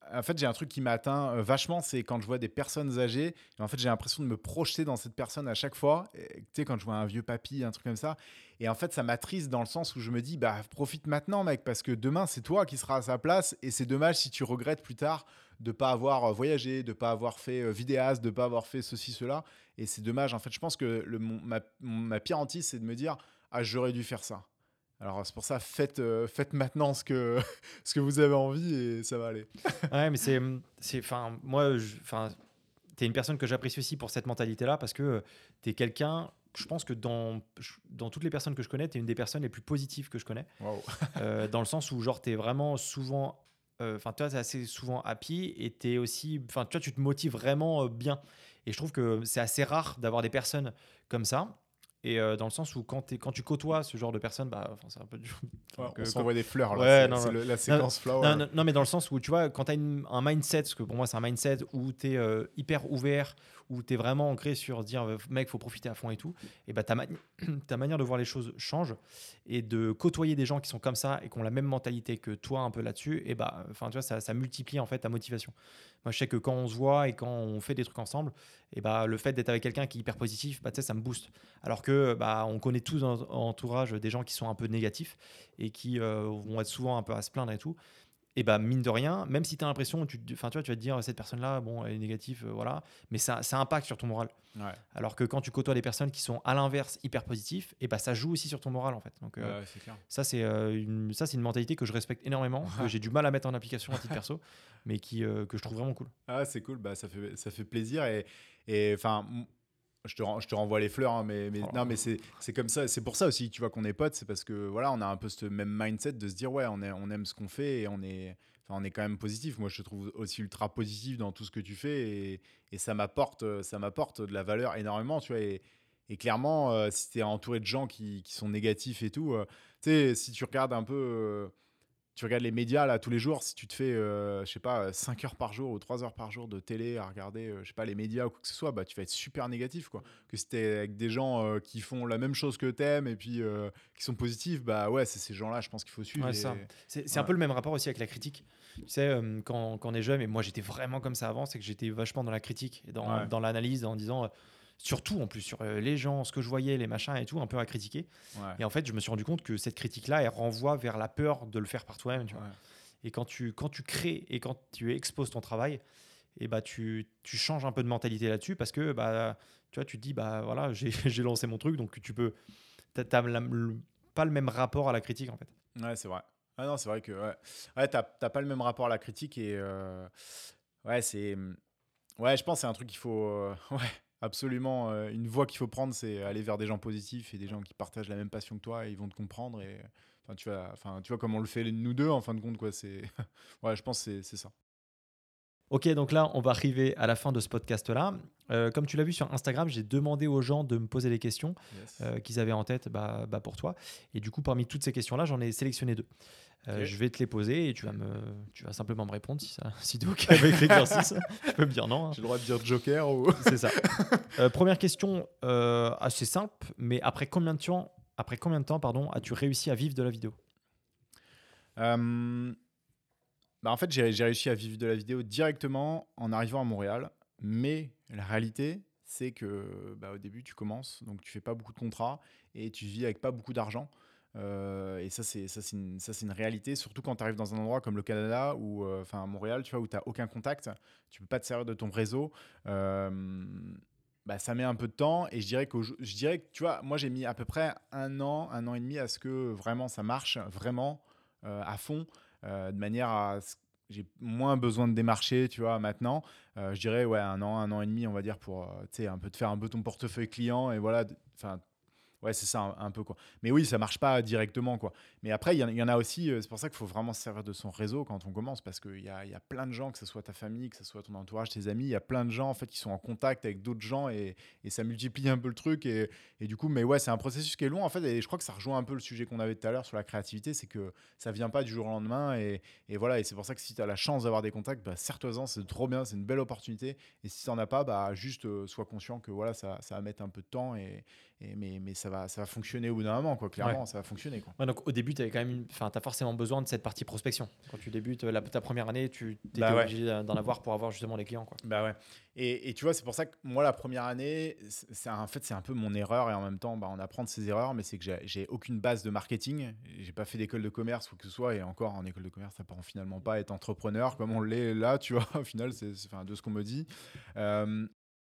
en fait, j'ai un truc qui m'atteint euh, vachement, c'est quand je vois des personnes âgées. Et en fait, j'ai l'impression de me projeter dans cette personne à chaque fois. Et, tu sais, quand je vois un vieux papy, un truc comme ça. Et en fait, ça m'attriste dans le sens où je me dis, bah, profite maintenant, mec, parce que demain, c'est toi qui seras à sa place. Et c'est dommage si tu regrettes plus tard de ne pas avoir euh, voyagé, de ne pas avoir fait euh, vidéaste, de ne pas avoir fait ceci, cela. Et c'est dommage. En fait, je pense que le, mon- ma, mon- ma pire hantise, c'est de me dire, ah, j'aurais dû faire ça. Alors, c'est pour ça, faites, euh, faites maintenant ce que, ce que vous avez envie et ça va aller. Ouais, mais c'est, c'est, enfin, moi, je- enfin, t'es une personne que j'apprécie aussi pour cette mentalité-là parce que tu es quelqu'un. Je pense que dans, dans toutes les personnes que je connais, tu es une des personnes les plus positives que je connais. Waouh. Euh, dans le sens où, genre, tu es vraiment souvent. euh, Enfin, toi, tu es assez souvent happy et tu es aussi. Enfin, tu vois, tu te motives vraiment euh, bien. Et je trouve que c'est assez rare d'avoir des personnes comme ça. Et euh, dans le sens où, quand, t'es- quand tu côtoies ce genre de personnes, bah, enfin, c'est un peu dur. Ouais, Enfin, on que- comme- s'envoie des fleurs là, Ouais, c'est non, c'est non. le- la Non, séquence flower. non, non, non, mais dans le sens où, tu vois, quand tu as un mindset, parce que pour moi, c'est un mindset où tu es hyper ouvert, où tu es vraiment ancré sur dire, euh, mec, faut profiter à fond et tout, et bah, ta, mani- ta manière de voir les choses change. Et de côtoyer des gens qui sont comme ça et qui ont la même mentalité que toi, un peu là-dessus, et bah, enfin, tu vois, ça, ça multiplie en fait ta motivation. Moi, je sais que quand on se voit et quand on fait des trucs ensemble, et bah, le fait d'être avec quelqu'un qui est hyper positif, bah, tu sais, ça me booste. Alors que bah, on connaît tous dans notre entourage des gens qui sont un peu négatifs et qui euh, vont être souvent un peu à se plaindre et tout. Et bah mine de rien, même si tu as l'impression, tu, te- enfin, tu vois, tu vas te dire cette personne-là, bon, elle est négative, euh, voilà, mais ça, ça impacte sur ton moral. Ouais, Alors que quand tu côtoies des personnes qui sont à l'inverse hyper positifs, et bah ça joue aussi sur ton moral en fait. Donc euh, ouais, c'est clair. ça c'est euh, une, ça c'est une mentalité que je respecte énormément, que j'ai du mal à mettre en application à titre perso, mais qui euh, que je trouve vraiment cool. Ah, c'est cool, bah, ça fait, ça fait plaisir. Et et, enfin, m- je te, ren- je te renvoie les fleurs, hein, mais, mais, Oh là non, là. mais c'est c'est comme ça. C'est pour ça aussi, tu vois, qu'on est potes. C'est parce que voilà, on a un peu ce même mindset de se dire, ouais, on, est, on aime ce qu'on fait et on est, enfin, on est quand même positif. Moi, je te trouve aussi ultra positif dans tout ce que tu fais et, et ça m'apporte ça m'apporte de la valeur énormément, tu vois. Et, et clairement, euh, si tu es entouré de gens qui, qui sont négatifs et tout, euh, tu sais, si tu regardes un peu. euh, tu regardes les médias là tous les jours, si tu te fais, euh, je sais pas, cinq heures par jour ou trois heures par jour de télé à regarder, euh, je sais pas, les médias ou quoi que ce soit, bah tu vas être super négatif quoi. Que si t'es avec des gens euh, qui font la même chose que t'aimes et puis euh, qui sont positifs, bah ouais, c'est ces gens-là, je pense qu'il faut suivre. Ouais, ça. Et... C'est c'est un Ouais. peu le même rapport aussi avec la critique. Tu sais, euh, quand, quand on est jeune, et moi j'étais vraiment comme ça avant, c'est que j'étais vachement dans la critique et dans, Ouais. dans l'analyse, en disant, euh, surtout en plus sur euh, les gens, ce que je voyais, les machins et tout, un peu à critiquer. Ouais. Et en fait, je me suis rendu compte que cette critique-là, elle renvoie vers la peur de le faire par toi-même, tu vois. Ouais. Et quand tu, quand tu crées et quand tu exposes ton travail, et bah tu, tu changes un peu de mentalité là-dessus parce que bah, tu vois, tu te dis, bah voilà, j'ai j'ai lancé mon truc, donc tu peux. T'as, t'as la- le- pas le même rapport à la critique en fait. Ouais, c'est vrai. Ah non, c'est vrai que ouais, ouais t'as t'as pas le même rapport à la critique et euh, ouais, c'est ouais, je pense que c'est un truc qu'il faut euh, ouais, absolument euh, une voie qu'il faut prendre, c'est aller vers des gens positifs et des gens qui partagent la même passion que toi et ils vont te comprendre et enfin tu vois, enfin tu vois comme on le fait nous deux en fin de compte quoi, c'est ouais, je pense que c'est c'est ça. Ok, donc là, on va arriver à la fin de ce podcast-là. Euh, comme tu l'as vu sur Instagram, j'ai demandé aux gens de me poser les questions Yes. euh, qu'ils avaient en tête bah, bah, pour toi. Et du coup, parmi toutes ces questions-là, j'en ai sélectionné deux. Euh, Ok. je vais te les poser et tu vas, me, tu vas simplement me répondre si, ça, si tu es OK avec l'exercice. Tu peux me dire non, hein. J'ai le droit de dire Joker ou C'est ça. Euh, première question euh, assez simple, mais après combien de temps, après combien de temps pardon, as-tu réussi à vivre de la vidéo? Euh, bah en fait, j'ai j'ai réussi à vivre de la vidéo directement en arrivant à Montréal. Mais la réalité, c'est que bah, au début, tu commences, donc tu fais pas beaucoup de contrats et tu vis avec pas beaucoup d'argent. Euh, et ça, c'est ça, c'est une, ça, c'est une réalité, surtout quand tu arrives dans un endroit comme le Canada ou euh, enfin à Montréal, tu vois, où tu n'as aucun contact, tu peux pas te servir de ton réseau. Euh, bah, ça met un peu de temps et je dirais que je dirais que tu vois, moi j'ai mis à peu près un an, un an et demi à ce que vraiment ça marche vraiment euh, à fond, euh, de manière à ce- j'ai moins besoin de démarcher, tu vois, maintenant. Euh, je dirais, ouais, un an, un an et demi, on va dire, pour, euh, tu sais, un peu de faire un peu ton portefeuille client et voilà, enfin, ouais, c'est ça, un, un peu, quoi. Mais oui, ça marche pas directement, quoi. Mais après, il y, en- il y en a aussi, euh, c'est pour ça qu'il faut vraiment se servir de son réseau quand on commence, parce qu'il y a, il y a plein de gens, que ce soit ta famille, que ce soit ton entourage, tes amis, il y a plein de gens, en fait, qui sont en contact avec d'autres gens et, et ça multiplie un peu le truc. Et, et du coup, mais ouais, c'est un processus qui est long, en fait, et je crois que ça rejoint un peu le sujet qu'on avait tout à l'heure sur la créativité, c'est que ça vient pas du jour au lendemain. Et, et voilà, et c'est pour ça que si tu as la chance d'avoir des contacts, bah, serre-toi-en, c'est trop bien, c'est une belle opportunité. Et si tu n'en as pas, bah, juste euh, sois conscient que voilà, ça, ça va mettre un peu de temps et, et mais, mais ça, va, ça va fonctionner au bout d'un moment, quoi. Clairement, Ouais. ça va fonctionner, quoi. Ouais, donc au début, tu quand même une... enfin, as forcément besoin de cette partie prospection. Quand tu débutes la, ta première année, tu étais Bah ouais. obligé d'en avoir pour avoir justement les clients, quoi. Bah ouais. Et, et tu vois, c'est pour ça que moi, la première année, c'est, c'est en fait, c'est un peu mon erreur et en même temps, bah, on apprend de ses erreurs, mais c'est que j'ai, j'ai aucune base de marketing. J'ai pas fait d'école de commerce ou que ce soit, et encore en école de commerce, ça prend finalement pas à être entrepreneur comme on l'est là, tu vois, au final, c'est, c'est enfin, de ce qu'on me dit. Euh,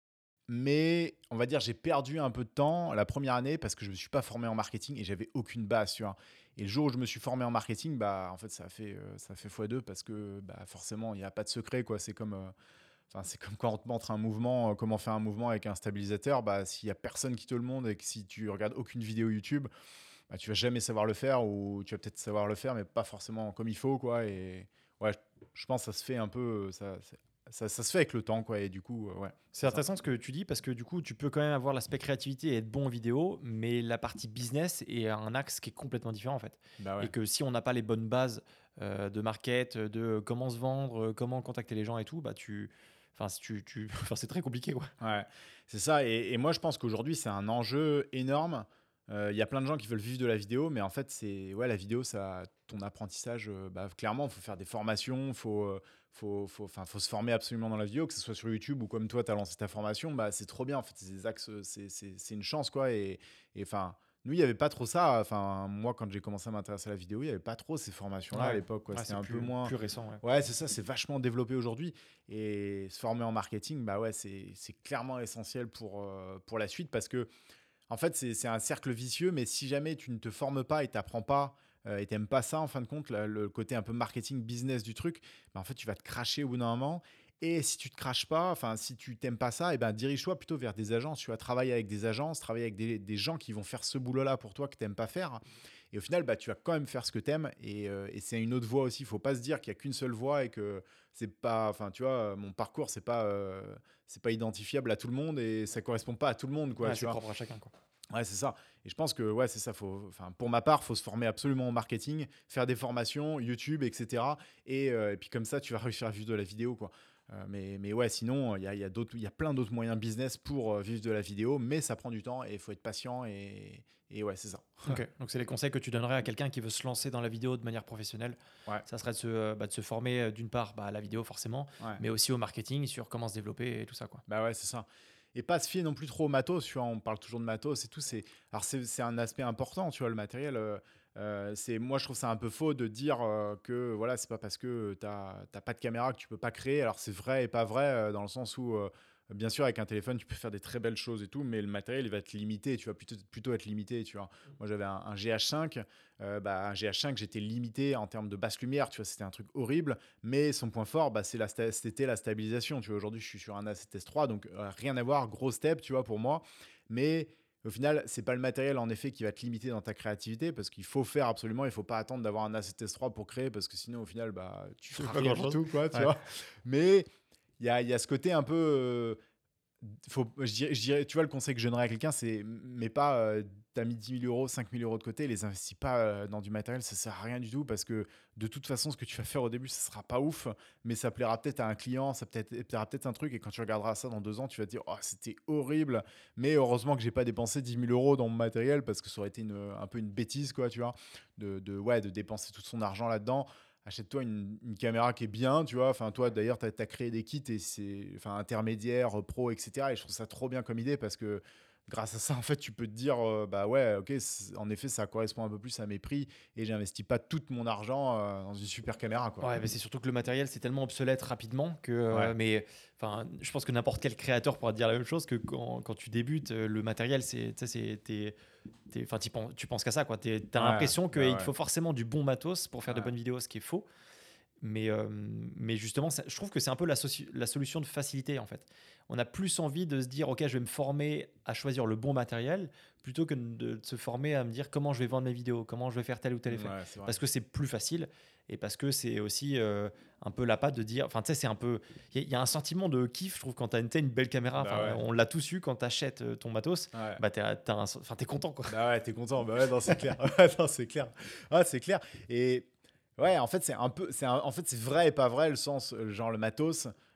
mais on va dire, j'ai perdu un peu de temps la première année parce que je me suis pas formé en marketing et j'avais aucune base, tu vois. Et le jour où je me suis formé en marketing, bah, en fait, ça a fait, euh, ça a fait fois deux parce que bah, forcément, il n'y a pas de secret, quoi. C'est comme. euh, Enfin, c'est comme quand on te montre un mouvement, euh, comment faire un mouvement avec un stabilisateur. Bah, s'il y a personne qui te le montre et que si tu regardes aucune vidéo YouTube, bah, tu vas jamais savoir le faire ou tu vas peut-être savoir le faire, mais pas forcément comme il faut, quoi. Et ouais, je, je pense que ça se fait un peu, ça, c'est- ça, ça se fait avec le temps, quoi. Et du coup, euh, ouais, C'est c'est ça. intéressant ce que tu dis parce que du coup, tu peux quand même avoir l'aspect créativité et être bon en vidéo, mais la partie business est un axe qui est complètement différent en fait. Bah Et ouais. que si on n'a pas les bonnes bases euh, de market, de comment se vendre, euh, comment contacter les gens et tout, bah tu, enfin si tu, tu... enfin, c'est très compliqué, quoi. Ouais, c'est ça. Et, et moi, je pense qu'aujourd'hui, c'est un enjeu énorme. Euh, Il y a plein de gens qui veulent vivre de la vidéo, mais en fait, c'est ouais, la vidéo, ça, ton apprentissage, euh, bah, clairement, il faut faire des formations, il faut, euh, faut, faut, enfin, faut se former absolument dans la vidéo, que ce soit sur YouTube ou comme toi, tu as lancé ta formation, bah, c'est trop bien. En fait, c'est des axes, c'est, c'est, c'est une chance, quoi. Et et, enfin, nous, il n'y avait pas trop ça. Enfin, moi, quand j'ai commencé à m'intéresser à la vidéo, il n'y avait pas trop ces formations-là à Ouais, l'époque, quoi. ouais C'était c'est un peu plus, moins. plus récent. Ouais. Ouais, c'est ça, c'est vachement développé aujourd'hui. Et se former en marketing, bah ouais, c'est, c'est clairement essentiel pour, euh, pour la suite parce que, en fait, c'est, c'est un cercle vicieux, mais si jamais tu ne te formes pas et t'apprends pas euh, et t'aimes pas ça, en fin de compte, la- le côté un peu marketing, business du truc, bah en fait, tu vas te cracher au bout d'un moment. Et si tu te craches pas, enfin, si tu t'aimes pas ça, et ben dirige-toi plutôt vers des agences. Tu vas travailler avec des agences, travailler avec des, des gens qui vont faire ce boulot-là pour toi que t'aimes pas faire. Et au final, bah, tu vas quand même faire ce que t'aimes. Et, euh, et c'est une autre voie aussi. Il faut pas se dire qu'il y a qu'une seule voie et que c'est pas. Enfin, tu vois, mon parcours, c'est pas, euh, c'est pas identifiable à tout le monde et ça correspond pas à tout le monde, quoi. Ouais, Tu c'est vois. propre à chacun, quoi. Ouais, c'est ça. Et je pense que ouais, c'est ça. Faut, enfin, pour ma part, faut se former absolument au marketing, faire des formations, YouTube, et cetera. Et, euh, et puis comme ça, tu vas réussir à vivre de la vidéo, quoi. Euh, mais, mais ouais, sinon, il y a, il y a d'autres, il y a plein d'autres moyens business pour euh, vivre de la vidéo, mais ça prend du temps et il faut être patient. Et, et ouais, c'est ça. Ok, donc c'est les conseils que tu donnerais à quelqu'un qui veut se lancer dans la vidéo de manière professionnelle. Ouais, Ça serait de se, euh, bah, de se former euh, d'une part bah, à la vidéo forcément, ouais. mais aussi au marketing sur comment se développer et tout ça, quoi. Bah ouais, c'est ça. Et pas se fier non plus trop au matos, tu vois, on parle toujours de matos et tout. C'est... Alors, c'est, c'est un aspect important, tu vois, le matériel. euh, euh, c'est... Moi, je trouve ça un peu faux de dire euh, que voilà, c'est pas parce que t'as, t'as pas de caméra que tu peux pas créer. Alors, c'est vrai et pas vrai, euh, dans le sens où, euh, bien sûr, avec un téléphone, tu peux faire des très belles choses et tout, mais le matériel, il va être limité, tu vas plutôt, plutôt être limité, tu vois. Moi, j'avais un, un G H cinq, euh, bah, un G H cinq, j'étais limité en termes de basse lumière, tu vois, c'était un truc horrible. Mais son point fort, bah, c'est la sta- c'était la stabilisation. Tu vois, aujourd'hui, je suis sur un A sept S trois, donc euh, rien à voir, gros step, tu vois, pour moi. Mais au final, c'est pas le matériel en effet qui va te limiter dans ta créativité parce qu'il faut faire absolument, il faut pas attendre d'avoir un A sept S trois pour créer parce que sinon, au final, bah, tu C'est feras pas rien du grand-chose. tout, quoi, tu Ouais. vois. Mais il y a, il y a ce côté un peu. euh, faut, je, dirais, je dirais, tu vois, le conseil que je donnerais à quelqu'un, c'est mais pas euh, t'as mis dix mille euros, cinq mille euros de côté, les investis pas euh, dans du matériel, ça sert à rien du tout parce que de toute façon, ce que tu vas faire au début, ça sera pas ouf, mais ça plaira peut-être à un client, ça peut-être, plaira peut-être un truc et quand tu regarderas ça dans deux ans, tu vas te dire, oh, c'était horrible, mais heureusement que j'ai pas dépensé dix mille euros dans mon matériel parce que ça aurait été une, un peu une bêtise, quoi, tu vois, de, de, ouais, de dépenser tout son argent là-dedans. Achète-toi une, une caméra qui est bien, tu vois. Enfin, toi, d'ailleurs, tu as, créé des kits et c'est, enfin, intermédiaire, pro, et cetera. Et je trouve ça trop bien comme idée parce que grâce à ça, en fait, tu peux te dire, euh, bah ouais, ok, en effet, ça correspond un peu plus à mes prix et j'investis pas tout mon argent euh, dans une super caméra, quoi. Ouais, mais c'est surtout que le matériel, c'est tellement obsolète rapidement que. euh, Ouais, mais enfin, je pense que n'importe quel créateur pourra te dire la même chose que quand, quand tu débutes, euh, le matériel, c'est, tu sais, c'est, t'es- t'es- enfin, t'y penses- tu penses qu'à ça, quoi. Tu as ouais, l'impression bah qu'il te ouais, faut forcément du bon matos pour faire de ouais, bonnes vidéos, ce qui est faux. Mais, euh, mais justement, ça- je trouve que c'est un peu la, soci- la solution de facilité, en fait. On a plus envie de se dire, OK, je vais me former à choisir le bon matériel, plutôt que de se former à me dire comment je vais vendre mes vidéos, comment je vais faire tel ou tel effet. ouais, c'est vrai. Parce que c'est plus facile et parce que c'est aussi euh, un peu la patte de dire, enfin, tu sais, c'est un peu, il y, a- il y a un sentiment de kiff, je trouve, quand tu as une, t'as une belle caméra. Bah Enfin, ouais, on l'a tous eu quand tu achètes ton matos, ouais. bah, t'es, t'as un- enfin, t'es content, quoi. Bah ouais, t'es content. Bah ouais, non, c'est clair. Ouais, non, c'est clair. Ah, c'est clair. Et ouais, en fait, c'est un peu, c'est un- en fait, c'est vrai et pas vrai le sens, euh, genre le matos.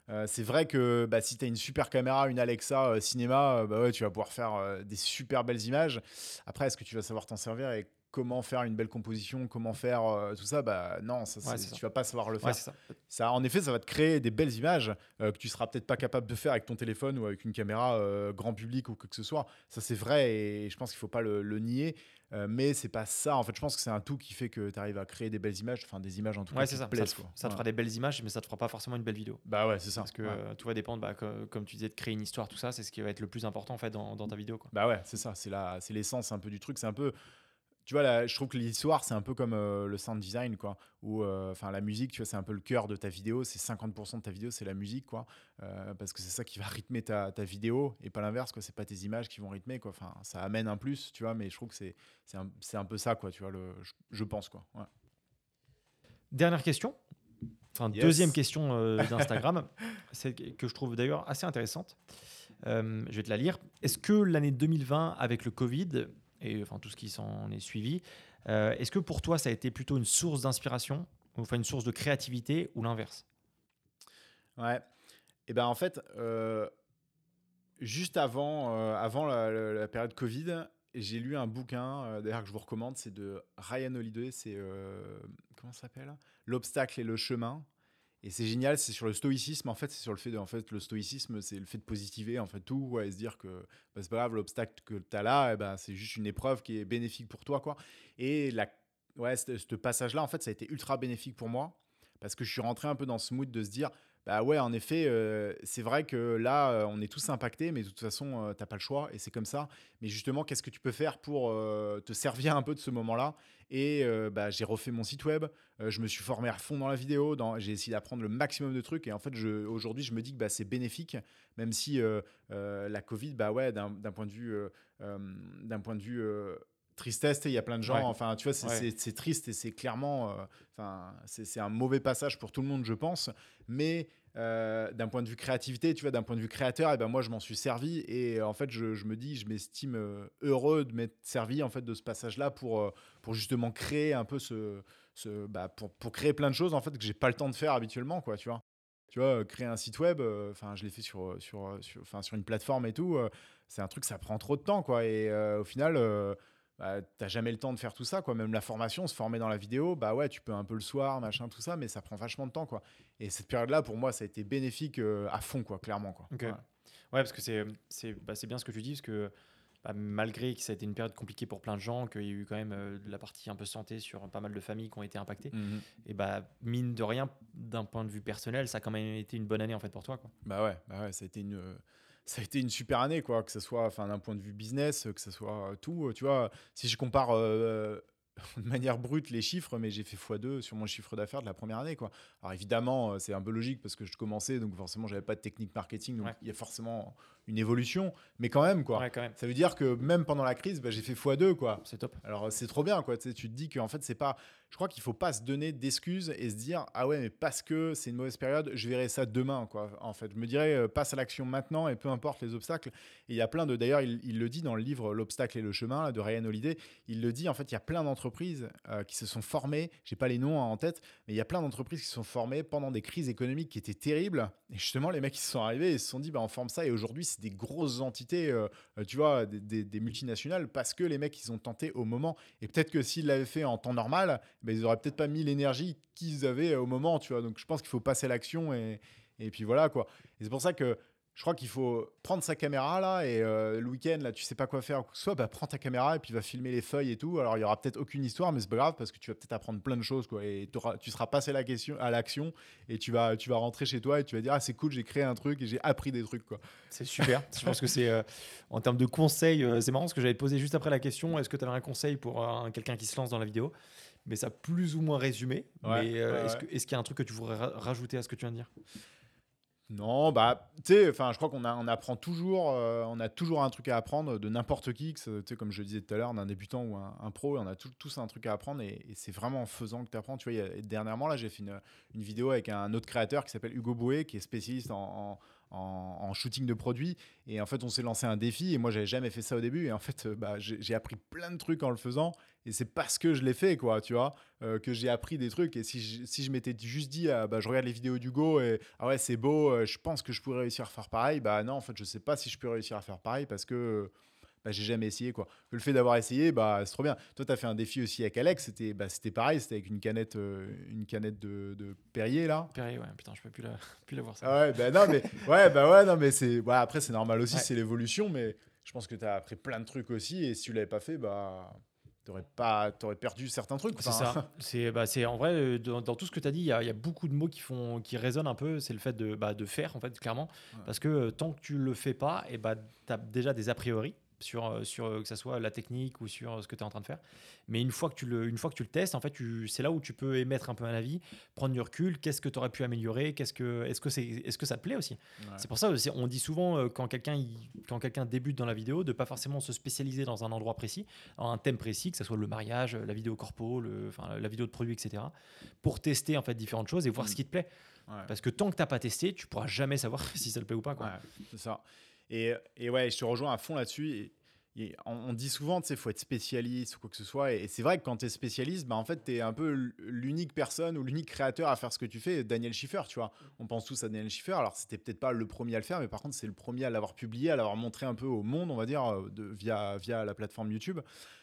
Euh, c'est vrai que bah, si tu as une super caméra, une Alexa euh, cinéma, euh, bah ouais, tu vas pouvoir faire euh, des super belles images. Après, est-ce que tu vas savoir t'en servir et comment faire une belle composition, comment faire euh, tout ça? Bah non, ça, Ouais, c'est, c'est ça. tu vas pas savoir le Ouais, faire. c'est ça. Ça, en effet, ça va te créer des belles images euh, que tu seras peut-être pas capable de faire avec ton téléphone ou avec une caméra euh, grand public ou quoi que ce soit. Ça, c'est vrai et je pense qu'il faut pas le, le nier. Euh, mais c'est pas ça. En fait, je pense que c'est un tout qui fait que tu arrives à créer des belles images, enfin des images en tout cas Ouais, c'est qui te ça. Ça te, plaisent, quoi. ça te Voilà. fera des belles images, mais ça te fera pas forcément une belle vidéo. Bah ouais, c'est ça. Parce que Ouais. euh, tout va dépendre, bah, co- comme tu disais, de créer une histoire, tout ça, c'est ce qui va être le plus important en fait dans, dans ta vidéo, quoi. Bah ouais, c'est ça. C'est la, c'est l'essence un peu du truc. C'est un peu, tu vois, là, je trouve que l'histoire, c'est un peu comme euh, le sound design, quoi. Ou euh, enfin la musique, tu vois, c'est un peu le cœur de ta vidéo. C'est cinquante pour cent de ta vidéo, c'est la musique, quoi. Euh, parce que c'est ça qui va rythmer ta, ta vidéo et pas l'inverse, quoi. C'est pas tes images qui vont rythmer, quoi. Enfin, ça amène un plus, tu vois. Mais je trouve que c'est, c'est un, c'est un peu ça, quoi. Tu vois, le, je, je pense, quoi. Ouais. Dernière question, enfin deuxième Yes. question euh, d'Instagram, c'est que que je trouve d'ailleurs assez intéressante. Euh, je vais te la lire. Est-ce que l'année deux mille vingt, avec le Covid et enfin tout ce qui s'en est suivi, euh, est-ce que pour toi ça a été plutôt une source d'inspiration, ou enfin une source de créativité, ou l'inverse? Ouais. Et ben en fait, euh, juste avant, euh, avant la, la- la période Covid, j'ai lu un bouquin, euh, d'ailleurs que je vous recommande, c'est de Ryan Holiday, c'est euh, comment ça s'appelle? L'obstacle et le chemin. Et c'est génial, c'est sur le stoïcisme. En fait, c'est sur le fait de, en fait, le stoïcisme, c'est le fait de positiver en fait tout, ouais, et se dire que bah, c'est pas grave, l'obstacle que tu as là, eh ben, c'est juste une épreuve qui est bénéfique pour toi, quoi. Et la, ouais, ce ce passage-là, en fait, ça a été ultra bénéfique pour moi parce que je suis rentré un peu dans ce mood de se dire, bah ouais, en effet, euh, c'est vrai que là, euh, on est tous impactés, mais de toute façon, euh, t'as pas le choix et c'est comme ça. Mais justement, qu'est-ce que tu peux faire pour euh, te servir un peu de ce moment-là? Et euh, bah, j'ai refait mon site web, euh, je me suis formé à fond dans la vidéo, dans, j'ai essayé d'apprendre le maximum de trucs. Et en fait, je, aujourd'hui, je me dis que bah, c'est bénéfique, même si euh, euh, la Covid, bah ouais, d'un, d'un point de vue, euh, euh, d'un point de vue euh, tristesse, tu sais, il y a plein de gens. Ouais, Enfin, tu vois, c'est, ouais, c'est, c'est triste et c'est clairement, euh, enfin, c'est, c'est un mauvais passage pour tout le monde, je pense. Mais euh, d'un point de vue créativité, tu vois, d'un point de vue créateur, et ben moi, je m'en suis servi. Et euh, en fait, je, je me dis, je m'estime euh, heureux de m'être servi en fait de ce passage-là pour, euh, pour justement créer un peu ce ce, bah, pour, pour créer plein de choses en fait que j'ai pas le temps de faire habituellement, quoi, tu vois. Tu vois, euh, créer un site web, enfin je l'ai fait sur sur sur, enfin, sur une plateforme et tout, euh, c'est un truc, ça prend trop de temps, quoi. Et euh, au final, euh, bah, t'as jamais le temps de faire tout ça, quoi. Même la formation, se former dans la vidéo, bah ouais, tu peux un peu le soir, machin, tout ça, mais ça prend vachement de temps, quoi. Et cette période-là, pour moi, ça a été bénéfique euh, à fond, quoi, clairement, quoi. ok. Ouais. Ouais, parce que c'est c'est bah, c'est bien ce que tu dis, parce que bah, malgré que ça a été une période compliquée pour plein de gens, qu'il y a eu quand même euh, de la partie un peu santé sur pas mal de familles qui ont été impactées, Mhm. et bah mine de rien, d'un point de vue personnel, ça a quand même été une bonne année en fait pour toi, quoi. Bah ouais, bah ouais, ça a été une, euh, ça a été une super année, quoi, que ce soit enfin, d'un point de vue business, que ce soit euh, tout. euh, Tu vois, si je compare euh, de manière brute les chiffres, mais j'ai fait fois deux sur mon chiffre d'affaires de la première année, quoi. Alors évidemment, euh, c'est un peu logique parce que je commençais, donc forcément, j'avais pas de technique marketing, donc Ouais, il y a forcément une évolution, mais quand même, quoi. ouais, quand même, Ça veut dire que même pendant la crise, bah, j'ai fait fois deux, quoi. c'est top. Alors c'est trop bien, quoi. Tu sais, tu te dis qu'en fait, c'est pas. Je crois qu'il faut pas se donner d'excuses et se dire ah ouais, mais parce que c'est une mauvaise période, je verrai ça demain, quoi. En fait, je me dirais euh, passe à l'action maintenant et peu importe les obstacles. Et il y a plein de. D'ailleurs, il, il le dit dans le livre L'obstacle et le chemin là, de Ryan Holiday. Il le dit. En fait, il y a plein d'entreprises euh, qui se sont formées. J'ai pas les noms hein, en tête, mais il y a plein d'entreprises qui se sont formées pendant des crises économiques qui étaient terribles. Et justement, les mecs ils se sont arrivés et se sont dit bah on forme ça. Et aujourd'hui, c'est des grosses entités, euh, euh, tu vois, des, des- des multinationales parce que les mecs ils ont tenté au moment. Et peut-être que s'ils l'avaient fait en temps normal, ben, ils auraient peut-être pas mis l'énergie qu'ils avaient au moment, tu vois. Donc je pense qu'il faut passer à l'action et, et puis voilà quoi. Et c'est pour ça que je crois qu'il faut prendre sa caméra là et euh, le week-end là, tu sais pas quoi faire ou quoi que ce soit, bah, prends ta caméra et puis va filmer les feuilles et tout. Alors il y aura peut-être aucune histoire, mais c'est pas grave parce que tu vas peut-être apprendre plein de choses quoi. Et t'auras- tu seras passé à la question, à l'action et tu vas, tu vas rentrer chez toi et tu vas dire ah c'est cool, j'ai créé un truc et j'ai appris des trucs quoi. C'est super. Je pense que c'est euh, en termes de conseils, euh, c'est marrant parce que j'allais te poser juste après la question, est-ce que tu avais un conseil pour euh, quelqu'un qui se lance dans la vidéo? Mais ça a plus ou moins résumé. Ouais, Mais euh, ouais, est-ce ouais. que, est-ce qu'il y a un truc que tu voudrais ra- rajouter à ce que tu viens de dire? Non, bah, tu sais, enfin, je crois qu'on a, on apprend toujours, euh, on a toujours un truc à apprendre de n'importe qui, que ce- tu sais, comme je le disais tout à l'heure, d'un débutant ou un, un pro, on a tout- tous un truc à apprendre et, et c'est vraiment en faisant que tu apprends. Tu vois, il y a- dernièrement, là, j'ai fait une, une vidéo avec un autre créateur qui s'appelle Hugo Boué, qui est spécialiste en, en, en, en shooting de produits. Et en fait, on s'est lancé un défi. Et moi, j'avais jamais fait ça au début. Et en fait, euh, bah, j'ai, j'ai appris plein de trucs en le faisant. Et c'est parce que je l'ai fait, quoi, tu vois, euh, que j'ai appris des trucs. Et si je, si je m'étais juste dit, ah, bah, je regarde les vidéos d'Hugo et ah ouais, c'est beau, euh, je pense que je pourrais réussir à faire pareil. Bah non, en fait, je sais pas si je peux réussir à faire pareil parce que bah, j'ai jamais essayé, quoi. Le fait d'avoir essayé, bah, c'est trop bien. Toi, tu as fait un défi aussi avec Alex. C'était, bah, c'était pareil. C'était avec une canette, euh, une canette de, de Perrier, là. Perrier, ouais, putain, je peux plus la, plus la voir ça. Ah ouais, bah non, mais, ouais, bah ouais, non, mais c'est, ouais, après, c'est normal aussi, Ouais. c'est l'évolution. Mais je pense que tu as appris plein de trucs aussi. Et si tu l'avais pas fait, bah. T'aurais pas, t'aurais perdu certains trucs. C'est ça. C'est, bah, c'est en vrai, euh, dans, dans tout ce que tu as dit, il y, a- il y a beaucoup de mots qui font, qui résonnent un peu. C'est le fait de, bah, de faire, en fait, clairement, Ouais. parce que euh, tant que tu le fais pas, et bah, tu as déjà des a priori sur, euh, sur euh, que ça soit la technique ou sur euh, ce que tu es en train de faire. Mais une fois que tu le, une fois que tu le testes, en fait, tu, c'est là où tu peux émettre un peu un avis, prendre du recul. Qu'est-ce que tu aurais pu améliorer? Qu'est-ce que, est-ce que c'est, est-ce que ça te plaît aussi? Ouais. C'est pour ça aussi, on dit souvent euh, quand quelqu'un il- quand quelqu'un débute dans la vidéo de pas forcément se spécialiser dans un endroit précis, dans un thème précis, que ce soit le mariage, la vidéo corpo, le, enfin, la vidéo de produit, et cetera, pour tester en fait différentes choses et voir Mm. ce qui te plaît. Ouais. Parce que tant que t'as pas testé, tu pourras jamais savoir si ça te plaît ou pas, quoi. Ouais, c'est ça. Et, et ouais, je te rejoins à fond là-dessus. Et, et on, on dit souvent, tu sais, il faut être spécialiste ou quoi que ce soit. Et, et c'est vrai que quand tu es spécialiste, bah, en fait, tu es un peu l'unique personne ou l'unique créateur à faire ce que tu fais. Daniel Schiffer, tu vois. On pense tous à Daniel Schiffer. Alors, c'était peut-être pas le premier à le faire, mais par contre, c'est le premier à l'avoir publié, à l'avoir montré un peu au monde, on va dire, de, via, via la plateforme YouTube.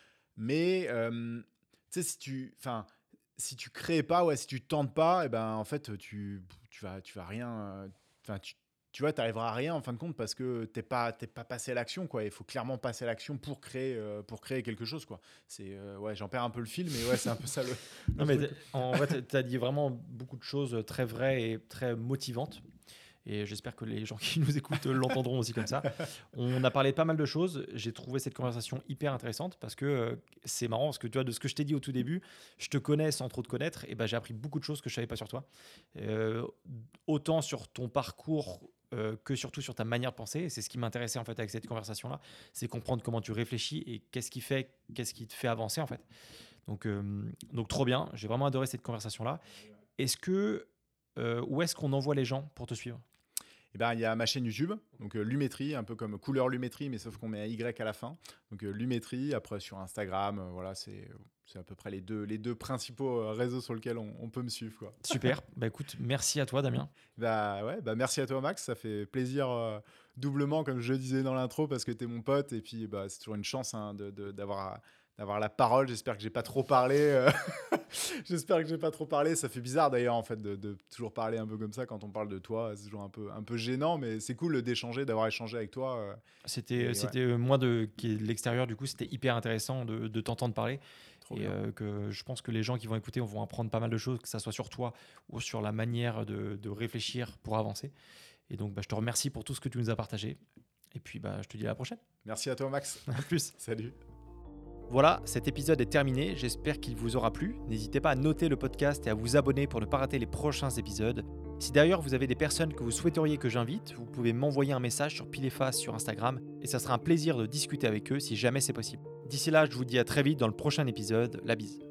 Mais, euh, tu sais, si tu... Enfin, si tu crées pas, ouais, si tu tentes pas, et ben en fait tu tu vas tu vas rien, enfin tu tu vois, t'arriveras à rien en fin de compte parce que t'es pas t'es pas passé à l'action, quoi. Il faut clairement passer à l'action pour créer euh, pour créer quelque chose, quoi. C'est euh, ouais, j'en perds un peu le fil, mais ouais, c'est un peu ça le. Non, le mais truc. t'as- en fait, tu as dit vraiment beaucoup de choses très vraies et très motivantes. Et j'espère que les gens qui nous écoutent l'entendront aussi comme ça. On a parlé de pas mal de choses. J'ai trouvé cette conversation hyper intéressante parce que euh, c'est marrant parce que tu vois, de ce que je t'ai dit au tout début, je te connais sans trop te connaître et ben j'ai appris beaucoup de choses que je savais pas sur toi. Euh, autant sur ton parcours euh, que surtout sur ta manière de penser. Et c'est ce qui m'intéressait en fait avec cette conversation-là, c'est comprendre comment tu réfléchis et qu'est-ce qui fait, qu'est-ce qui te fait avancer en fait. Donc, euh, donc trop bien. J'ai vraiment adoré cette conversation-là. Est-ce que euh, où est-ce qu'on envoie les gens pour te suivre? Eh ben, il y a ma chaîne YouTube, donc euh, Lumétrie, un peu comme couleur Lumétrie, mais sauf qu'on met un Y à la fin. Donc euh, Lumétrie, après sur Instagram, euh, voilà, c'est c'est à peu près les deux, les deux principaux euh, réseaux sur lesquels on, on peut me suivre, quoi. Super. Bah écoute, merci à toi, Damien. Bah ouais, bah merci à toi Max, ça fait plaisir euh, doublement comme je le disais dans l'intro parce que t'es mon pote et puis bah, c'est toujours une chance hein, de, de- d'avoir, d'avoir la parole. J'espère que j'ai pas trop parlé. euh, J'espère que j'ai pas trop parlé. Ça fait bizarre d'ailleurs en fait de, de toujours parler un peu comme ça quand on parle de toi. C'est toujours un peu, un peu gênant, mais c'est cool d'échanger, d'avoir échangé avec toi. euh. C'était, Et ouais. c'était euh, moi de, qui est de l'extérieur, du coup, c'était hyper intéressant de, de t'entendre parler. Trop Et bien. euh, que je pense que les gens qui vont écouter vont apprendre pas mal de choses, que ça soit sur toi ou sur la manière de, de réfléchir pour avancer. Et donc, bah, je te remercie pour tout ce que tu nous as partagé. Et puis, bah, je te dis à la prochaine. Merci à toi Max. À plus. Salut. Voilà, cet épisode est terminé. J'espère qu'il vous aura plu. N'hésitez pas à noter le podcast et à vous abonner pour ne pas rater les prochains épisodes. Si d'ailleurs vous avez des personnes que vous souhaiteriez que j'invite, vous pouvez m'envoyer un message sur Pile et Face sur Instagram et ça sera un plaisir de discuter avec eux si jamais c'est possible. D'ici là, je vous dis à très vite dans le prochain épisode. La bise.